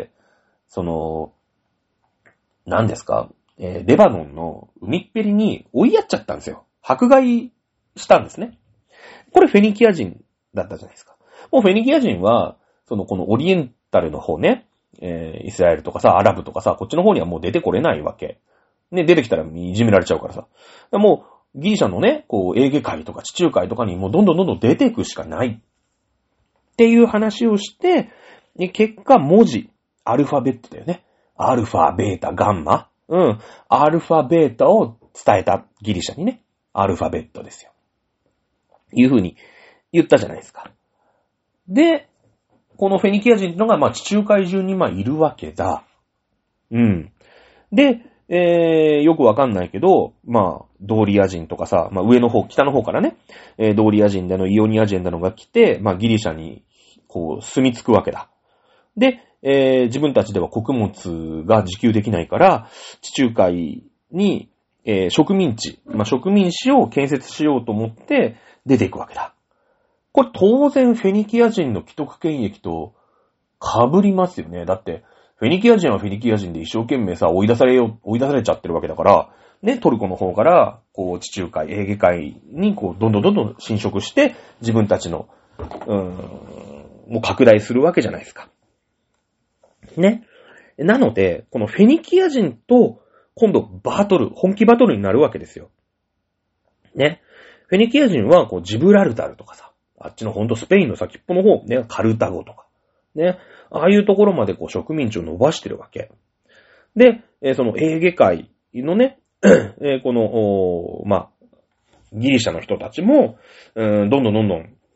その、何ですか、えー、レバノンの海っぺりに追いやっちゃったんですよ。迫害したんですね。これフェニキア人だったじゃないですか。もうフェニキア人は、そのこのオリエンタルの方ね、えー、イスラエルとかさ、アラブとかさ、こっちの方にはもう出てこれないわけ。ね、出てきたらいじめられちゃうからさ。もう、ギリシャのね、こう、エーゲ海とか地中海とかにもうどんどんどんどん出ていくしかない。っていう話をして、結果文字、アルファベットだよね。アルファ、ベータ、ガンマ。うん。アルファ、ベータを伝えたギリシャにね。アルファベットですよ。いう風に言ったじゃないですか。で、このフェニキア人っていうのが、まあ、地中海中にまあいるわけだ。うん。で、えー、よくわかんないけど、まあ、ドーリア人とかさ、まあ上の方、北の方からね、えー、ドーリア人だの、イオニア人だのが来て、まあギリシャに、こう、住み着くわけだ。で、えー、自分たちでは穀物が自給できないから、地中海に、えー、植民地、まあ植民地を建設しようと思って出ていくわけだ。これ当然フェニキア人の既得権益と被りますよね。だって、フェニキア人はフェニキア人で一生懸命さ、追い出されよ、追い出されちゃってるわけだから、ね、トルコの方から、こう、地中海、エーゲ海に、こう、どんどんどんどん侵食して、自分たちの、うーん、もう拡大するわけじゃないですか。ね。なので、このフェニキア人と、今度、バトル、本気バトルになるわけですよ。ね。フェニキア人は、こう、ジブラルタルとかさ、あっちのほんとスペインの先っぽの方、ね、カルタゴとか、ね。ああいうところまでこう植民地を伸ばしてるわけ。で、えー、そのエーゲ海のね、えー、この、まあ、ギリシャの人たちも、うん、どんどんどんどん、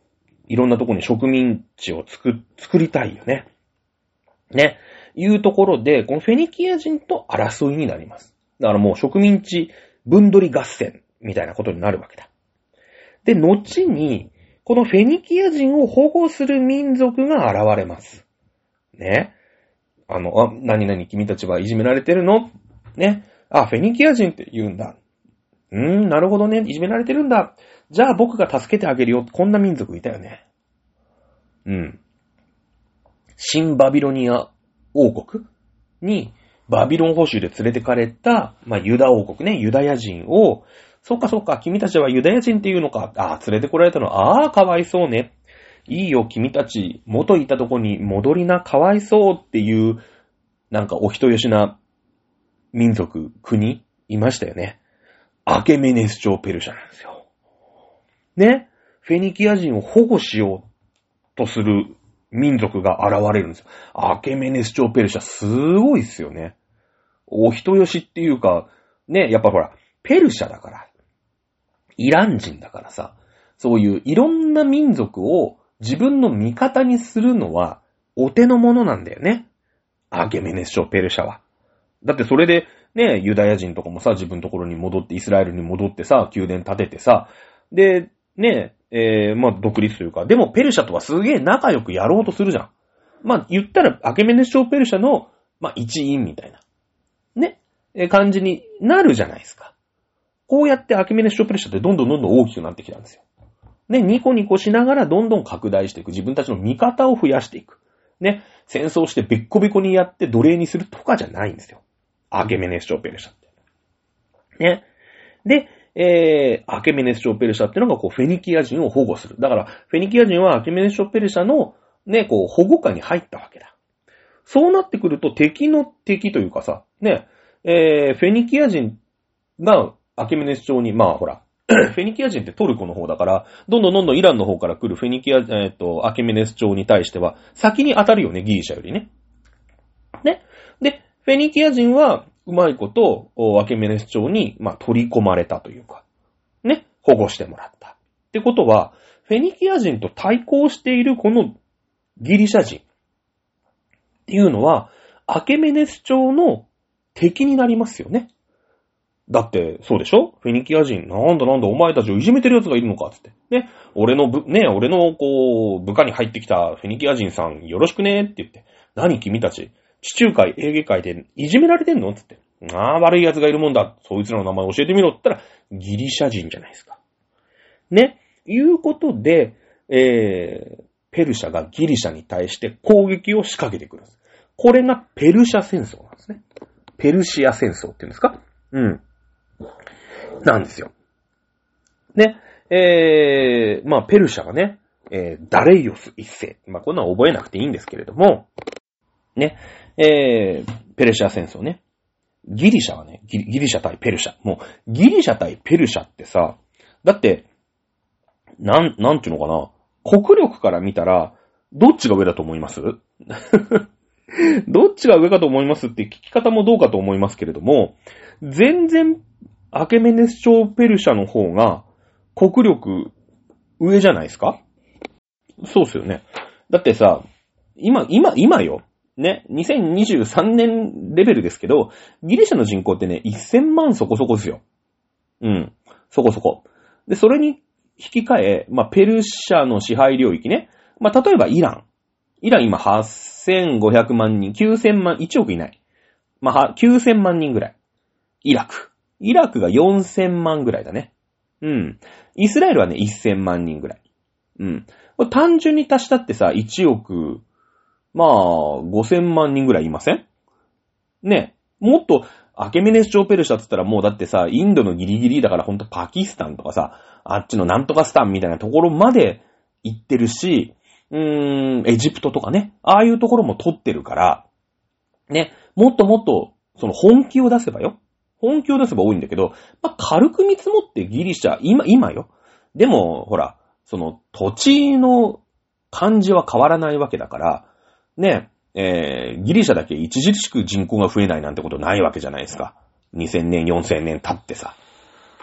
いろんなところに植民地を作、作りたいよね。ね。いうところで、このフェニキア人と争いになります。だからもう植民地分取り合戦みたいなことになるわけだ。で、後に、このフェニキア人を保護する民族が現れます。ね。あの、あ、何々君たちはいじめられてるの？ね。あ、フェニキア人って言うんだ。うーん、なるほどね。いじめられてるんだ。じゃあ僕が助けてあげるよ。こんな民族いたよね。うん。新バビロニア王国にバビロン捕囚で連れてかれた、まあ、ユダ王国ね、ユダヤ人を、そっかそっか、君たちはユダヤ人っていうのか。ああ、連れてこられたの。ああ、かわいそうね。いいよ、君たち、元いたとこに戻りな、かわいそうっていう、なんかお人よしな民族、国、いましたよね。アケメネス朝ペルシャなんですよ。ね。フェニキア人を保護しようとする民族が現れるんですよ。アケメネス朝ペルシャ、すごいっすよね。お人よしっていうか、ね、やっぱほら、ペルシャだから。イラン人だからさ、そういういろんな民族を自分の味方にするのはお手の物なんだよね。アケメネス朝ペルシャは。だってそれでね、ユダヤ人とかもさ、自分のところに戻って、イスラエルに戻ってさ、宮殿建ててさ、で、ね、えー、まあ独立というか、でもペルシャとはすげえ仲良くやろうとするじゃん。まあ言ったらアケメネス朝ペルシャの、まあ一員みたいな、ね、えー、感じになるじゃないですか。こうやってアケメネス朝ペルシャってどんどんどんどん大きくなってきたんですよ。ね、ニコニコしながらどんどん拡大していく。自分たちの味方を増やしていく。ね、戦争してベッコベコにやって奴隷にするとかじゃないんですよ。アケメネス朝ペルシャって。ね。で、えー、アケメネス朝ペルシャっていうのがこうフェニキア人を保護する。だから、フェニキア人はアケメネス朝ペルシャのね、こう保護下に入ったわけだ。そうなってくると敵の敵というかさ、ね、えー、フェニキア人がアケメネス朝に、まあほら、フェニキア人ってトルコの方だから、どんどんどんどんイランの方から来るフェニキア、えっと、アケメネス朝に対しては、先に当たるよね、ギリシャよりね。ね。で、フェニキア人は、うまいこと、アケメネス朝に、まあ、取り込まれたというか、ね、保護してもらった。ってことは、フェニキア人と対抗しているこのギリシャ人っていうのは、アケメネス朝の敵になりますよね。だって、そうでしょ？フェニキア人、なんだなんだお前たちをいじめてる奴がいるのかつって。ね、俺の部、ね、俺のこう、部下に入ってきたフェニキア人さんよろしくねって言って。何君たち、地中海、エーゲ海でいじめられてんのつって。ああ、悪い奴がいるもんだ。そいつらの名前教えてみろって言ったら、ギリシャ人じゃないですか。ね、いうことで、えー、ペルシャがギリシャに対して攻撃を仕掛けてくるんです。これがペルシャ戦争なんですね。ペルシア戦争っていうんですか？うん。なんですよ。ね。えー、まあ、ペルシャがね、えー、ダレイオス一世。まあ、こんなの覚えなくていいんですけれども、ね。えー、ペルシャ戦争ね。ギリシャはね、ギリ、ギリシャ対ペルシャ。もう、ギリシャ対ペルシャってさ、だって、なん、なんていうのかな。国力から見たら、どっちが上だと思いますどっちが上かと思いますって聞き方もどうかと思いますけれども、全然、アケメネス朝ペルシャの方が国力上じゃないですか？そうっすよね。だってさ、今、今、今よ。ね、にせんにじゅうさんねんレベルですけど、ギリシャの人口ってね、せんまんそこそこですよ。うん。そこそこ。で、それに引き換え、まあ、ペルシャの支配領域ね。まあ、例えばイラン。イラン今はっせんごひゃくまんにん、きゅうせんまん、いちおくいない。まあ、きゅうせんまんにんぐらい。イラク。イラクがよんせんまんぐらいだね。うん。イスラエルはね、せんまんにんぐらい。うん。これ単純に足したってさ、いちおく、まあ、ごせんまんにんぐらいいません？ね。もっと、アケメネス朝ペルシャって言ったらもうだってさ、インドのギリギリだからほんとパキスタンとかさ、あっちのなんとかスタンみたいなところまで行ってるし、うーん、エジプトとかね、ああいうところも取ってるから、ね、もっともっと、その本気を出せばよ。本気を出せば多いんだけど、まあ、軽く見積もってギリシャ、今、今よ。でも、ほら、その土地の感じは変わらないわけだから、ね、えー、ギリシャだけ著しく人口が増えないなんてことないわけじゃないですか。にせんねん、よんせんねん経ってさ。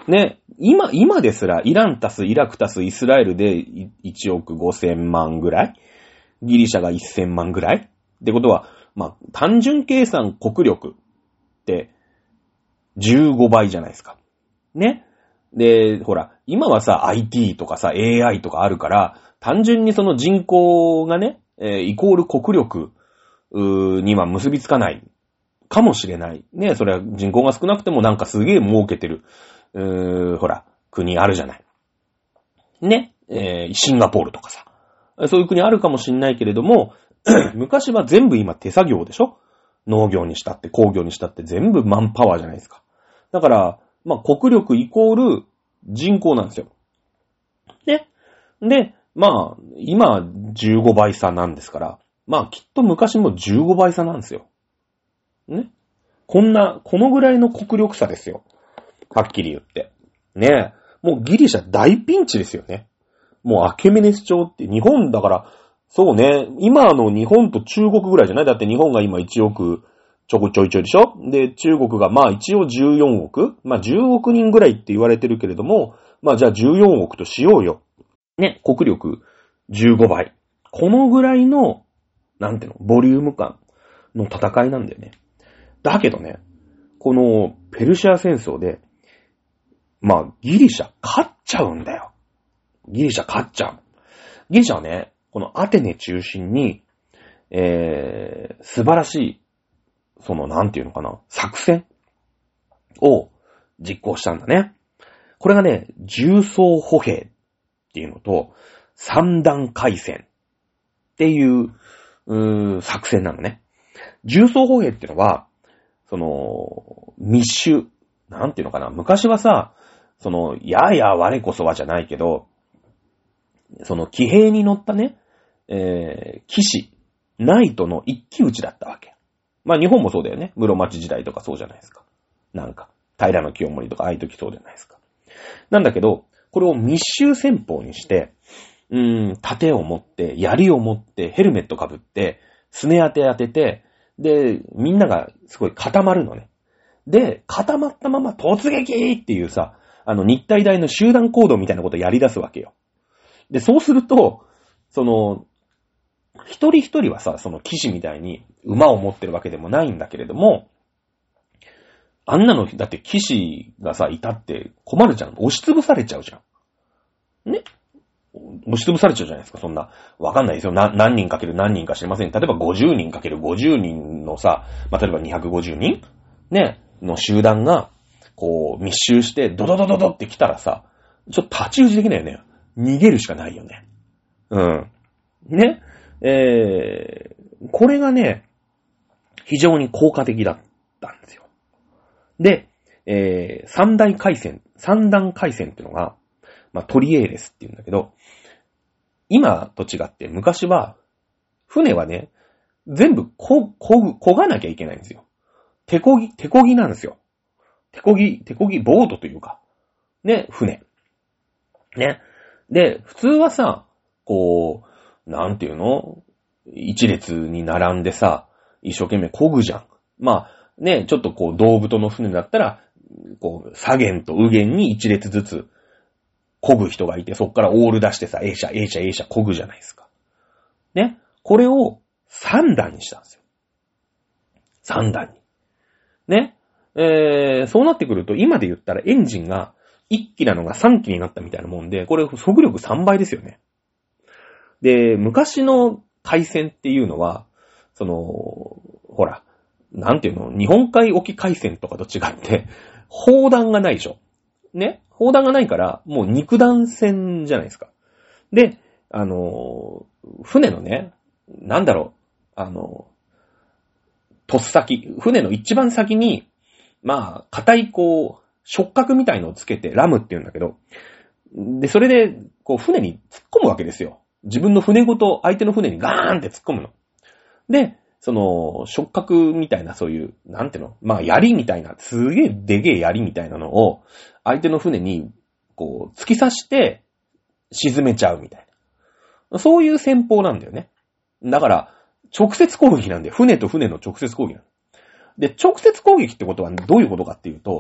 ね、今、今ですらイラン足すイラク足すイスラエルでいちおくごせんまんぐらい、ギリシャがせんまんぐらいってことは、まあ、単純計算国力ってじゅうごばいじゃないですか。ね。で、ほら、今はさ、アイティー とかさ、エーアイ とかあるから、単純にその人口がね、えー、イコール国力には結びつかないかもしれない。ね、それは人口が少なくてもなんかすげえ儲けてる、うーほら、国あるじゃない。ね、えー、シンガポールとかさ。そういう国あるかもしれないけれども、昔は全部今手作業でしょ？農業にしたって工業にしたって全部マンパワーじゃないですか。だから、まあ、国力イコール人口なんですよ。ね。で、まあ、今じゅうごばい差なんですから、まあきっと昔もじゅうごばい差なんですよ。ね。こんな、このぐらいの国力差ですよ。はっきり言って。ねえ。もうギリシャ大ピンチですよね。もうアケメネス朝って日本だから、そうね、今の日本と中国ぐらいじゃない？だって日本が今いちおくちょこちょいちょいでしょ？で、中国がまあ一応じゅうよんおく？まあじゅうおく人ぐらいって言われてるけれども、まあじゃあじゅうよんおくとしようよ。ね、国力じゅうごばい。このぐらいの、なんていうの、ボリューム感の戦いなんだよね。だけどね、このペルシア戦争で、まあギリシャ勝っちゃうんだよ。ギリシャ勝っちゃう。ギリシャはね、このアテネ中心に、えー、素晴らしい、その、なんていうのかな、作戦を実行したんだね。これがね、重装歩兵っていうのと、三段回戦っていう、うー作戦なのね。重装歩兵っていうのは、その、密集、なんていうのかな、昔はさ、その、やや我こそはじゃないけど、その騎兵に乗ったね、えー、騎士、ナイトの一騎打ちだったわけ。まあ日本もそうだよね。室町時代とかそうじゃないですか。なんか、平清盛とかああいう時そうじゃないですか。なんだけど、これを密集戦法にして、うーん、盾を持って、槍を持って、ヘルメット被って、すね当て当てて、で、みんながすごい固まるのね。で、固まったまま突撃っていうさ、あの日体大の集団行動みたいなことをやり出すわけよ。で、そうすると、その、一人一人はさ、その騎士みたいに馬を持ってるわけでもないんだけれども、あんなの、だって騎士がさ、いたって困るじゃん。押しつぶされちゃうじゃん。ね？押しつぶされちゃうじゃないですか、そんな。わかんないですよ。な、何人かける何人か知りません。例えばごじゅうにんかけるごじゅうにんのさ、まあ、例えばにひゃくごじゅうにんね、の集団が、こう、密集して、ドドドドドって来たらさ、ちょっと立ち打ちできないよね。逃げるしかないよね。うん。ね。えー、これがね、非常に効果的だったんですよ。で、えー、三大回戦、三段回戦っていうのが、まあ、トリエーレスっていうんだけど、今と違って昔は、船はね、全部こ、こぐ、こがなきゃいけないんですよ。手こぎ、手こぎなんですよ。手こぎ、手こぎボートというか、ね、船。ね。で、普通はさ、こう、なんていうの？一列に並んでさ、一生懸命漕ぐじゃん。まあ、ね、ちょっとこう、胴太の船だったら、こう、左舷と右舷に一列ずつ漕ぐ人がいて、そっからオール出してさ、A 社、A 社、A 社漕ぐじゃないですか。ね。これを三段にしたんですよ。三段に。ね。えー、そうなってくると、今で言ったらエンジンが一機なのが三機になったみたいなもんで、これ速力さんばいですよね。で、昔の海戦っていうのは、その、ほら、なんていうの、日本海沖海戦とかと違って、砲弾がないでしょ。ね？砲弾がないから、もう肉弾戦じゃないですか。で、あの、船のね、なんだろう、あの、突先、船の一番先に、まあ、硬いこう、触角みたいのをつけて、ラムって言うんだけど、で、それで、こう、船に突っ込むわけですよ。自分の船ごと相手の船にガーンって突っ込むの。で、その、触角みたいなそういう、なんていうの？まあ、槍みたいな、すげえでげえ槍みたいなのを、相手の船に、こう、突き刺して、沈めちゃうみたいな。そういう戦法なんだよね。だから、直接攻撃なんだよ。船と船の直接攻撃なの。で、直接攻撃ってことはどういうことかっていうと、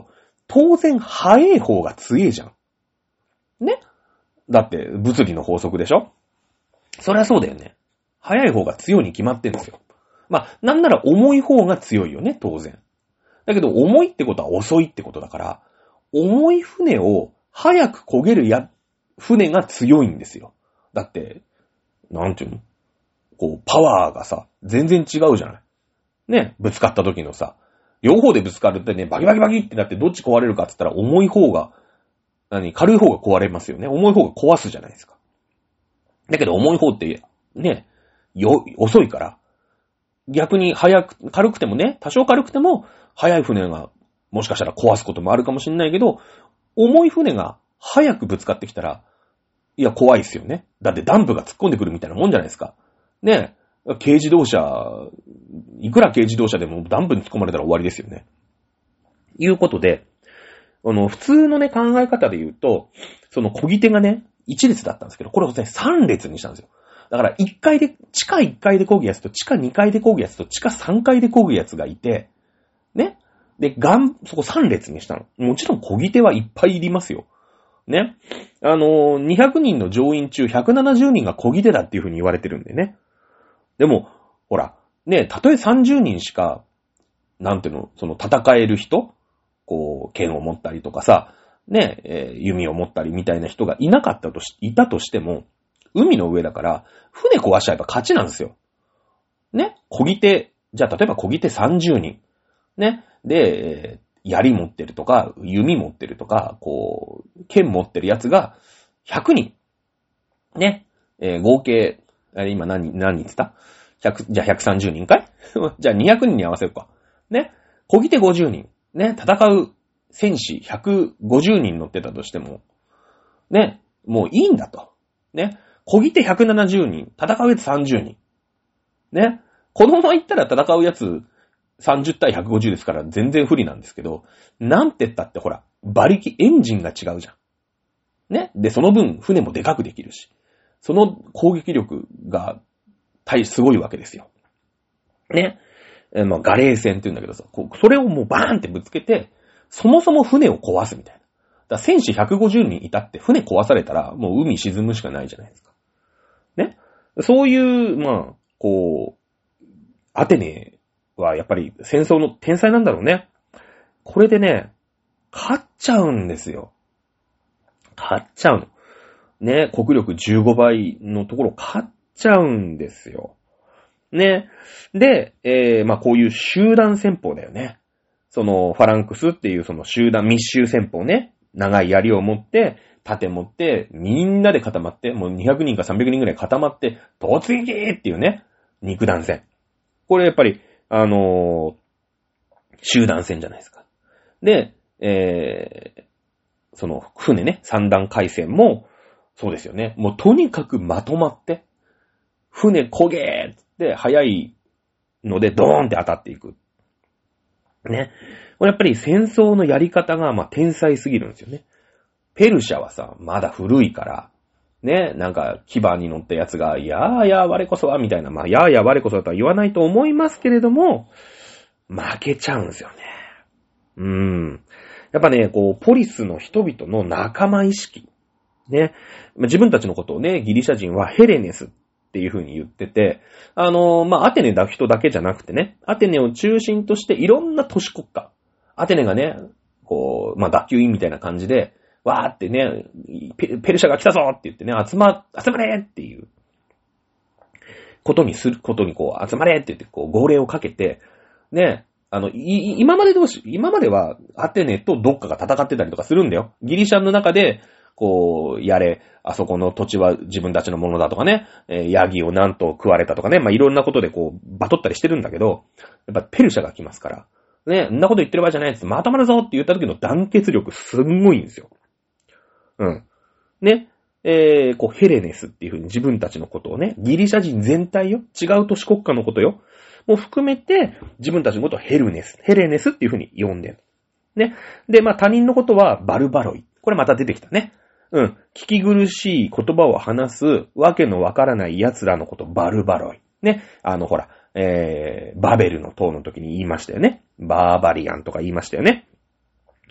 当然早い方が強いじゃん。ね。だって、物理の法則でしょ？そりゃそうだよね。早い方が強いに決まってんですよ。まあ、なんなら重い方が強いよね、当然。だけど、重いってことは遅いってことだから、重い船を早く漕げるや、船が強いんですよ。だって、なんていうの？こう、パワーがさ、全然違うじゃない。ね、ぶつかった時のさ、両方でぶつかるってね、バキバキバキってなってどっち壊れるかって言ったら重い方が、何、軽い方が壊れますよね。重い方が壊すじゃないですか。だけど重い方って、ね、よ、遅いから、逆に早く、軽くてもね、多少軽くても、早い船が、もしかしたら壊すこともあるかもしれないけど、重い船が早くぶつかってきたら、いや、怖いですよね。だってダンプが突っ込んでくるみたいなもんじゃないですか。ね、軽自動車、いくら軽自動車でもダンプに突っ込まれたら終わりですよね。いうことで、あの、普通のね、考え方で言うと、その漕ぎ手がね、一列だったんですけど、これをね、三列にしたんですよ。だから一階で、地下一階で漕ぐやつと、地下二階で漕ぐやつと、地下三階で漕ぐやつがいて、ね。で、ガン、そこ三列にしたの。もちろん漕ぎ手はいっぱいいりますよ。ね。あの、にひゃくにんの乗員中ひゃくななじゅうにんが漕ぎ手だっていう風に言われてるんでね。でも、ほら、ね、たとえさんじゅうにんしか、なんていうの、その戦える人、こう、剣を持ったりとかさ、ね、えー、弓を持ったりみたいな人がいなかったとし、いたとしても、海の上だから、船壊しちゃえば勝ちなんですよ。ね、漕ぎ手、じゃあ例えば漕ぎ手さんじゅうにん。ね、で、槍持ってるとか、弓持ってるとか、こう、剣持ってるやつがひゃくにん。ね、えー、合計、今何人、何人って言った ?ひゃく、じゃあひゃくさんじゅうにんかいじゃあにひゃくにんに合わせようか。ね。漕ぎ手ごじゅうにん。ね。戦う戦士ひゃくごじゅうにん乗ってたとしても、ね。もういいんだと。ね。漕ぎ手ひゃくななじゅうにん。戦うやつさんじゅうにん。ね。このまま行ったら戦うやつさんじゅう対ひゃくごじゅうですから全然不利なんですけど、なんて言ったってほら、馬力、エンジンが違うじゃん。ね。で、その分船もでかくできるし。その攻撃力が大すごいわけですよ。ね。えー、まあ、ガレー船って言うんだけどさ、こうそれをもうバーンってぶつけて、そもそも船を壊すみたいな。だから戦士ひゃくごじゅうにんいたって船壊されたらもう海沈むしかないじゃないですか。ね。そういう、まあ、こう、アテネはやっぱり戦争の天才なんだろうね。これでね、勝っちゃうんですよ。勝っちゃうの。ね、国力じゅうごばいのところ勝っちゃうんですよ。ね。で、えー、まあこういう集団戦法だよね。そのファランクスっていうその集団密集戦法ね。長い槍を持って、盾持って、みんなで固まって、もうにひゃくにんかさんびゃくにんぐらい固まって、突撃っていうね、肉弾戦。これやっぱり、あのー、集団戦じゃないですか。で、えー、その船ね、三段回戦も、そうですよね。もうとにかくまとまって、船焦げーって速いのでドーンって当たっていく。ね。これやっぱり戦争のやり方がまあ天才すぎるんですよね。ペルシャはさ、まだ古いから、ね、なんか牙に乗ったやつが、いやーやー我こそはみたいな、まあやーやー我こそはとは言わないと思いますけれども、負けちゃうんですよね。うーん。やっぱね、こう、ポリスの人々の仲間意識。ね。自分たちのことをね、ギリシャ人はヘレネスっていう風に言ってて、あのー、まあ、アテネだ人だけじゃなくてね、アテネを中心としていろんな都市国家。アテネがね、こう、まあ、学級委員みたいな感じで、わーってね、ペ、ペルシャが来たぞって言ってね、集ま、集まれっていうことにすることにこう、集まれって言ってこう、号令をかけて、ね、あの、い、今まで同士、今まではアテネとどっかが戦ってたりとかするんだよ。ギリシャの中で、こう、やれ、あそこの土地は自分たちのものだとかね、えー、ヤギをなんと食われたとかね、まあ、いろんなことでこう、バトったりしてるんだけど、やっぱペルシャが来ますから、ね、んなこと言ってる場合じゃないです。まとまるぞって言った時の団結力すんごいんですよ。うん。ね、えー、こう、ヘレネスっていう風に自分たちのことをね、ギリシャ人全体よ、違う都市国家のことよ、もう含めて、自分たちのことをヘルネス、ヘレネスっていう風に呼んでる。ね。で、まあ他人のことはバルバロイ。これまた出てきたね。うん。聞き苦しい言葉を話すわけのわからない奴らのこと、バルバロイ。ね。あの、ほら、えー、バベルの塔の時に言いましたよね。バーバリアンとか言いましたよね。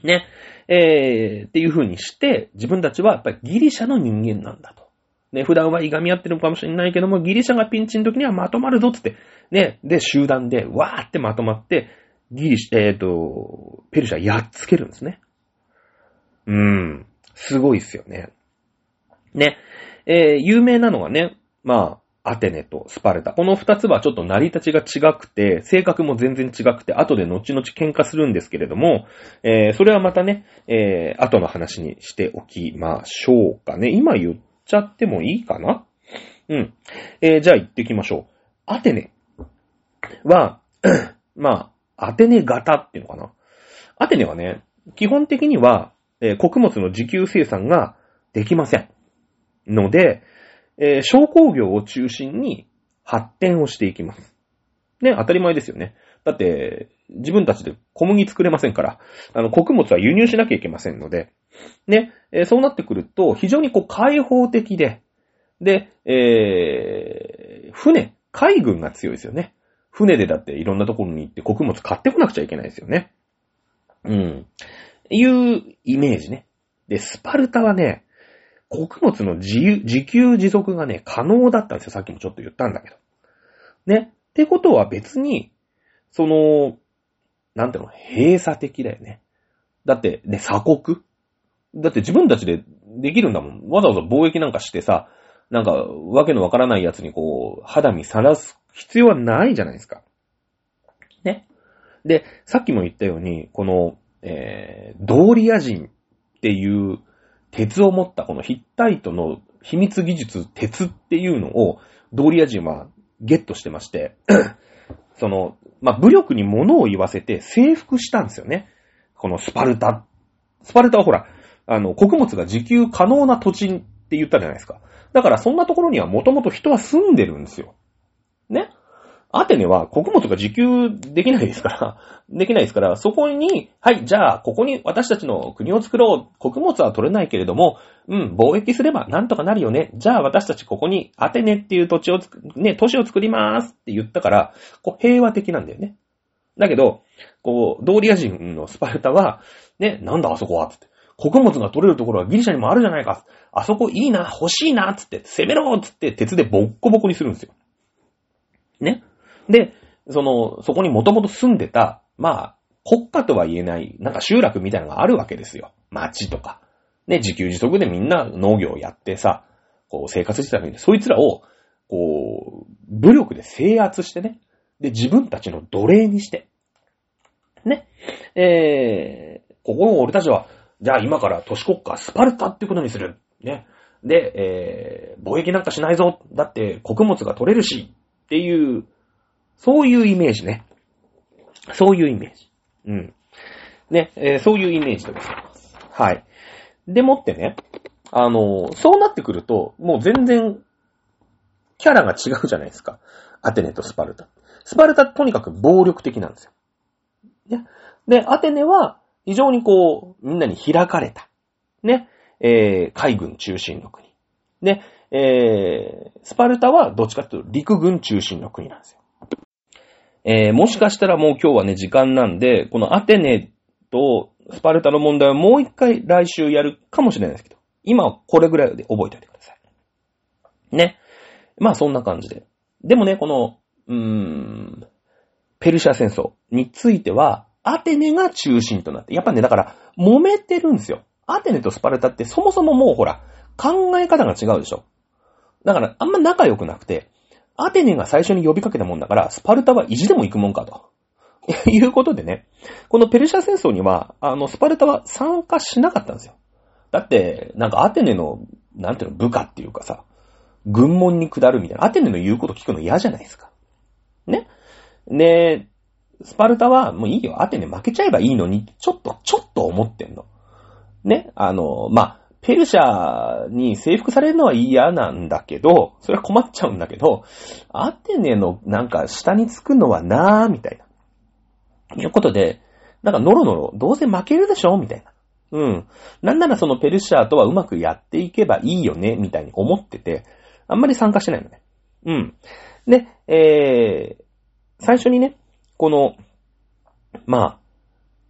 ね。えー、っていう風にして、自分たちはやっぱりギリシャの人間なんだと。ね、普段はいがみ合ってるのかもしれないけども、ギリシャがピンチの時にはまとまるぞっつって、ね、で、集団でわーってまとまって、ギリシャ、えっと、ペルシャやっつけるんですね。うーん、すごいっすよね。ね、えー、有名なのはね、まあ、アテネとスパルタ。この二つはちょっと成り立ちが違くて、性格も全然違くて、後で後々喧嘩するんですけれども、えー、それはまたね、えー、後の話にしておきましょうかね。今言っちゃってもいいかな？うん。えー、じゃあ行ってきましょう。アテネは、まあ、アテネ型っていうのかな。アテネはね、基本的には、えー、穀物の自給生産ができません。ので、えー、商工業を中心に発展をしていきます。ね、当たり前ですよね。だって、自分たちで小麦作れませんから、あの、穀物は輸入しなきゃいけませんので、ね、えー、そうなってくると、非常にこう開放的で、で、えー、船、海軍が強いですよね。船でだっていろんなところに行って穀物買ってこなくちゃいけないですよね。うん。いうイメージね。で、スパルタはね、穀物の自由、自給自足がね、可能だったんですよ。さっきもちょっと言ったんだけど。ね。ってことは別に、その、なんていうの、閉鎖的だよね。だって、ね、鎖国だって自分たちでできるんだもん。わざわざ貿易なんかしてさ、なんか、わけのわからないやつにこう、肌身さらす必要はないじゃないですか。ね。で、さっきも言ったように、この、えー、ドーリア人っていう、鉄を持ったこのヒッタイトの秘密技術、鉄っていうのをドーリア人はゲットしてまして、その、まあ、武力に物を言わせて征服したんですよね。このスパルタ。スパルタはほら、あの、穀物が自給可能な土地って言ったじゃないですか。だからそんなところにはもともと人は住んでるんですよ。ね。アテネは穀物が自給できないですから、できないですから、そこに、はい、じゃあ、ここに私たちの国を作ろう。穀物は取れないけれども、うん、貿易すればなんとかなるよね。じゃあ私たちここにアテネっていう土地をつく、ね、都市を作りますって言ったから、こう平和的なんだよね。だけど、こう、ドーリア人のスパルタは、ね、なんだあそこはつって。穀物が取れるところはギリシャにもあるじゃないか。あそこいいな、欲しいな、つって、攻めろつって鉄でボッコボコにするんですよ。ね。で、その、そこにもともと住んでた、まあ、国家とは言えない、なんか集落みたいなのがあるわけですよ。町とか。ね、自給自足でみんな農業をやってさ、こう生活してたのに、そいつらを、こう、武力で制圧してね。で、自分たちの奴隷にして。ね。えー、ここを俺たちは、じゃあ今から都市国家スパルタってことにする。ね。で、えー、貿易なんかしないぞ。だって穀物が取れるし。っていう、そういうイメージね。そういうイメージ。うん。ね、えー、そういうイメージでございます。はい。でもってね、あのー、そうなってくると、もう全然、キャラが違うじゃないですか。アテネとスパルタ。スパルタとにかく暴力的なんですよ。ね。で、アテネは、非常にこう、みんなに開かれた。ね。えー、海軍中心の国。で、えー、スパルタはどっちかというと陸軍中心の国なんですよ。えー、もしかしたらもう今日はね、時間なんで、このアテネとスパルタの問題はもう一回来週やるかもしれないですけど、今はこれぐらいで覚えておいてください。ね。まあそんな感じで。でもね、この、うーん、ペルシャ戦争については、アテネが中心となって、やっぱね、だから揉めてるんですよ。アテネとスパルタってそもそももうほら、考え方が違うでしょ。だからあんま仲良くなくて、アテネが最初に呼びかけたもんだから、スパルタは意地でも行くもんかと。いうことでね、このペルシャ戦争には、あの、スパルタは参加しなかったんですよ。だって、なんかアテネの、なんていうの、部下っていうかさ、軍門に下るみたいな、アテネの言うこと聞くの嫌じゃないですか。ね。で、スパルタは、もういいよ、アテネ負けちゃえばいいのに、ちょっと、ちょっと思ってんの。ね。あの、まあ、ペルシャに征服されるのは嫌なんだけど、それは困っちゃうんだけど、アテネのなんか下につくのはなーみたいな。いうことで、なんかノロノロ、どうせ負けるでしょみたいな。うん。なんならそのペルシャとはうまくやっていけばいいよねみたいに思ってて、あんまり参加してないのね。うん。で、えー、最初にね、この、まあ、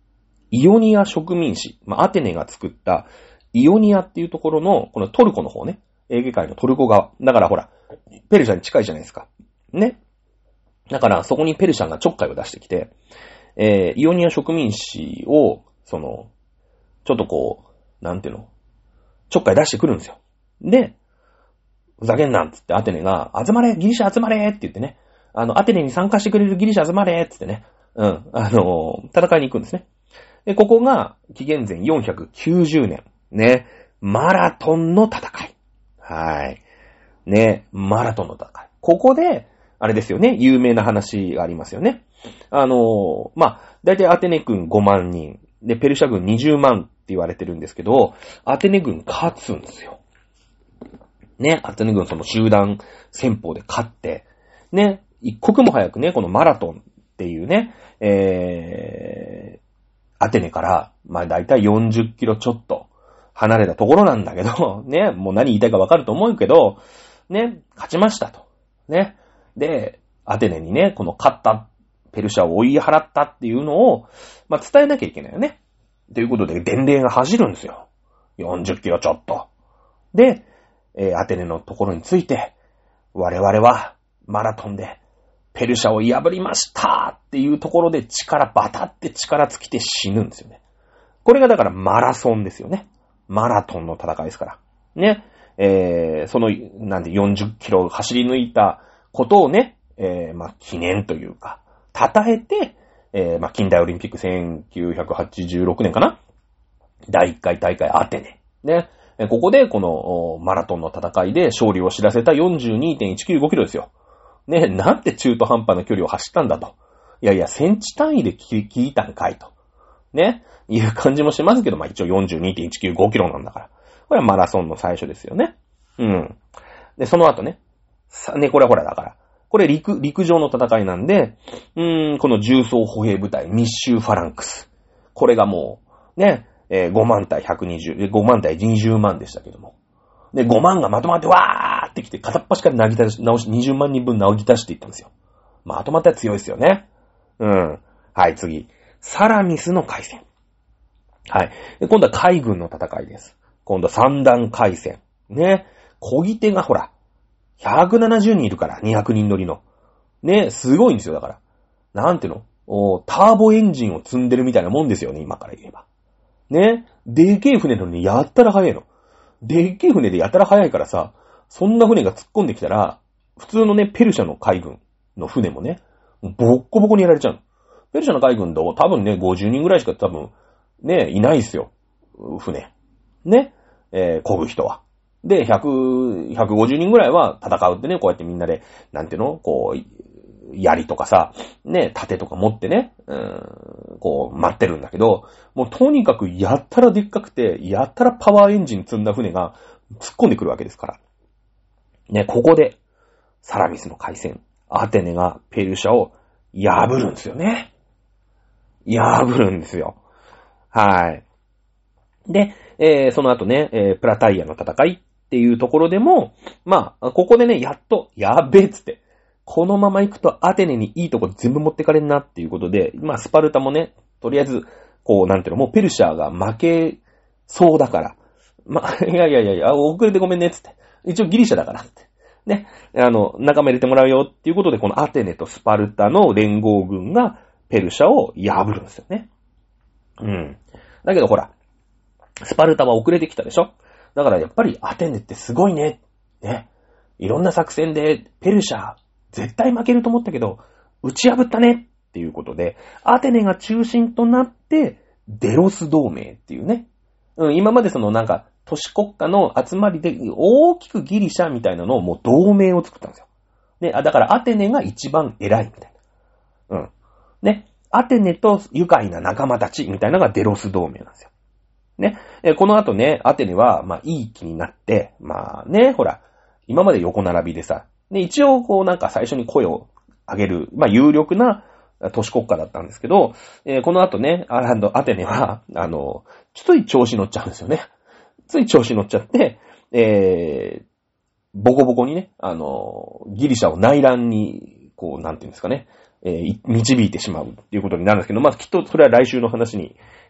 イオニア植民地、まあ、アテネが作ったイオニアっていうところの、このトルコの方ね、エーゲ海のトルコ側。だからほら、ペルシャに近いじゃないですか。ね。だからそこにペルシャがちょっかいを出してきて、えー、イオニア植民地を、その、ちょっとこう、なんていうの、ちょっかい出してくるんですよ。で、ふざけんなっつってアテネが、集まれギリシャ集まれって言ってね、あの、アテネに参加してくれるギリシャ集まれっつってね、うん、あのー、戦いに行くんですね。で、ここが、紀元前よんひゃくきゅうじゅうねん。ね、マラトンの戦い。はい。ね、マラトンの戦い。ここで、あれですよね、有名な話がありますよね。あのー、まあ、だいたいアテネ軍ごまんにん、で、ペルシャ軍にじゅうまんって言われてるんですけど、アテネ軍勝つんですよ。ね、アテネ軍その集団戦法で勝って、ね、一刻も早くね、このマラトンっていうね、えー、アテネから、まあだいたいよんじゅっキロちょっと離れたところなんだけど、ね、もう何言いたいかわかると思うけど、ね、勝ちましたと。ね。で、アテネにね、この勝ったペルシャを追い払ったっていうのを、まあ伝えなきゃいけないよね。ということで、伝令が走るんですよ。よんじゅっキロちょっと。で、えー、アテネのところについて、我々はマラトンでペルシャを破りましたっていうところで力、バタって力尽きて死ぬんですよね。これがだからマラソンですよね。マラトンの戦いですから。ね。えー、その、なんでよんじゅっキロ走り抜いたことをね、えー、まあ、記念というか、称えて、えー、まあ、近代オリンピックせんきゅうひゃくはちじゅうろくねんかな？だいいっかい大会アテネ。ね。ここでこのマラトンの戦いで勝利を知らせた よんじゅうにてんいちきゅうごキロですよ。ね、なんて中途半端な距離を走ったんだと。いやいや、センチ単位で聞いたんかいと。ね、いう感じもしますけど、まあ一応 よんじゅうにてんいちきゅうごキロなんだから。これはマラソンの最初ですよね。うん。で、その後ね。さ、ね、これはほらだから。これ陸、陸上の戦いなんで、うーん、この重装歩兵部隊、密集ファランクス。これがもう、ね、えー、ごまん対ひゃくにじゅう、ごまん対にじゅうまんでしたけども。で、ごまんがまとまってわーってきて、片っ端から投げ出し、直し、にじゅうまんにんぶん投げ出していったんですよ。まとまったら強いですよね。うん。はい、次。サラミスの海戦。はい。で、今度は海軍の戦いです。今度は三段海戦。ね。漕ぎ手がほら、ひゃくななじゅうにんいるから、にひゃくにん乗りの。ね、すごいんですよ、だから。なんていうの？おターボエンジンを積んでるみたいなもんですよね、今から言えば。ね。でけえ船なのにやったら速いの。でっけえ船でやたら速いからさ、そんな船が突っ込んできたら、普通のね、ペルシャの海軍の船もね、ボッコボコにやられちゃうの。ペルシャの海軍と多分ね、ごじゅうにんぐらいしか多分、ね、いないですよ。船。ね。えー、漕ぐ人は。で、ひゃく、ひゃくごじゅうにんぐらいは戦うってね、こうやってみんなで、なんていうのこう、槍とかさ、ね、盾とか持ってね、うーん、こう、待ってるんだけど、もうとにかくやったらでっかくて、やったらパワーエンジン積んだ船が突っ込んでくるわけですから。ね、ここで、サラミスの海戦、アテネがペルシャを破るんですよね。破るんですよ。はい。で、えー、その後ね、えー、プラタイヤの戦いっていうところでも、まあ、ここでね、やっと、やべえっつって、このまま行くとアテネにいいとこ全部持ってかれんなっていうことで、まあスパルタもね、とりあえず、こうなんていうの、もうペルシャが負けそうだから、まあ、いやいやいやいや、遅れてごめんねっつって。一応ギリシャだからって。ね、あの、仲間入れてもらうよっていうことで、このアテネとスパルタの連合軍がペルシャを破るんですよね。うん。だけどほら、スパルタは遅れてきたでしょ？だからやっぱりアテネってすごいね。ね。いろんな作戦でペルシャ、絶対負けると思ったけど、打ち破ったねっていうことで、アテネが中心となって、デロス同盟っていうね。うん、今までそのなんか、都市国家の集まりで大きくギリシャみたいなのをもう同盟を作ったんですよ。ね、あ、だからアテネが一番偉いみたいな。うん。ね。アテネと愉快な仲間たちみたいなのがデロス同盟なんですよ。ね。え、この後ね、アテネは、まあ、いい気になって、まあね、ほら、今まで横並びでさ、で、一応こうなんか最初に声を上げる、まあ、有力な都市国家だったんですけど、えー、この後ね、あの、アテネは、あの、つい調子乗っちゃうんですよね。つい調子乗っちゃって、えー、ボコボコにね、あの、ギリシャを内乱に、こう、なんていうんですかね、えー、導いてしまうっていうことになるんですけど、まあ、きっとそれは来週の話に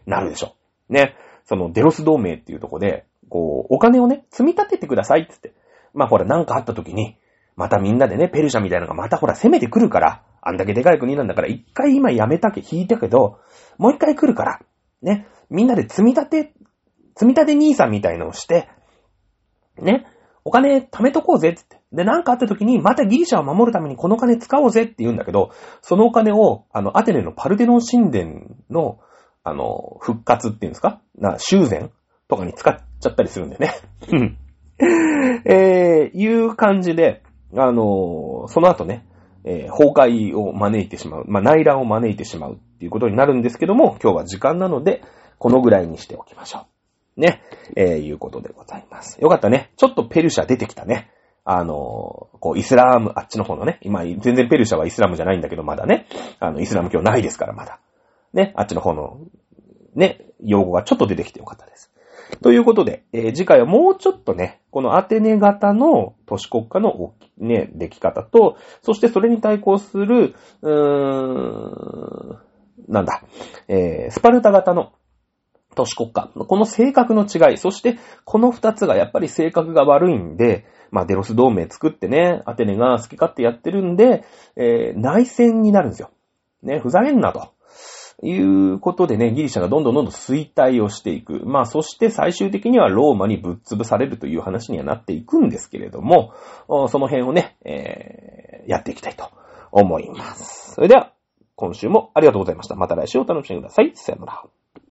なるでしょ。ね。そのデロス同盟っていうとこで、こう、お金をね、積み立ててくださいって言って。まあほら、なんかあった時に、またみんなでね、ペルシャみたいなのがまたほら攻めてくるから、あんだけでかい国なんだから、一回今やめたけ、引いたけど、もう一回来るから、ね、みんなで積み立て、積み立て兄さんみたいのをして、ね、お金貯めとこうぜって言って。で、なんかあった時に、またギリシャを守るためにこの金使おうぜって言うんだけど、そのお金を、あの、アテネのパルテノン神殿の、あの、復活っていうんですかな、修繕とかに使っちゃったりするんだよね。えー、いう感じで、あのー、その後ね、えー、崩壊を招いてしまう、まあ、内乱を招いてしまうっていうことになるんですけども、今日は時間なので、このぐらいにしておきましょう。ね、えー、いうことでございます。よかったね。ちょっとペルシャ出てきたね。あのー、こう、イスラーム、あっちの方のね、今、全然ペルシャはイスラムじゃないんだけど、まだね、あの、イスラム教ないですから、まだ。ね、あっちの方の、ね、用語がちょっと出てきてよかったです。ということで、えー、次回はもうちょっとね、このアテネ型の都市国家のね、出来方と、そしてそれに対抗する、うーん、なんだ、えー、スパルタ型の都市国家、この性格の違い、そしてこの二つがやっぱり性格が悪いんで、まあデロス同盟作ってね、アテネが好き勝手やってるんで、えー、内戦になるんですよ。ね、ふざけんなと。いうことでね、ギリシャがどんどんどんどん衰退をしていく。まあ、そして最終的にはローマにぶっ潰されるという話にはなっていくんですけれども、その辺をね、えー、やっていきたいと思います。それでは、今週もありがとうございました。また来週お楽しみください。さよなら。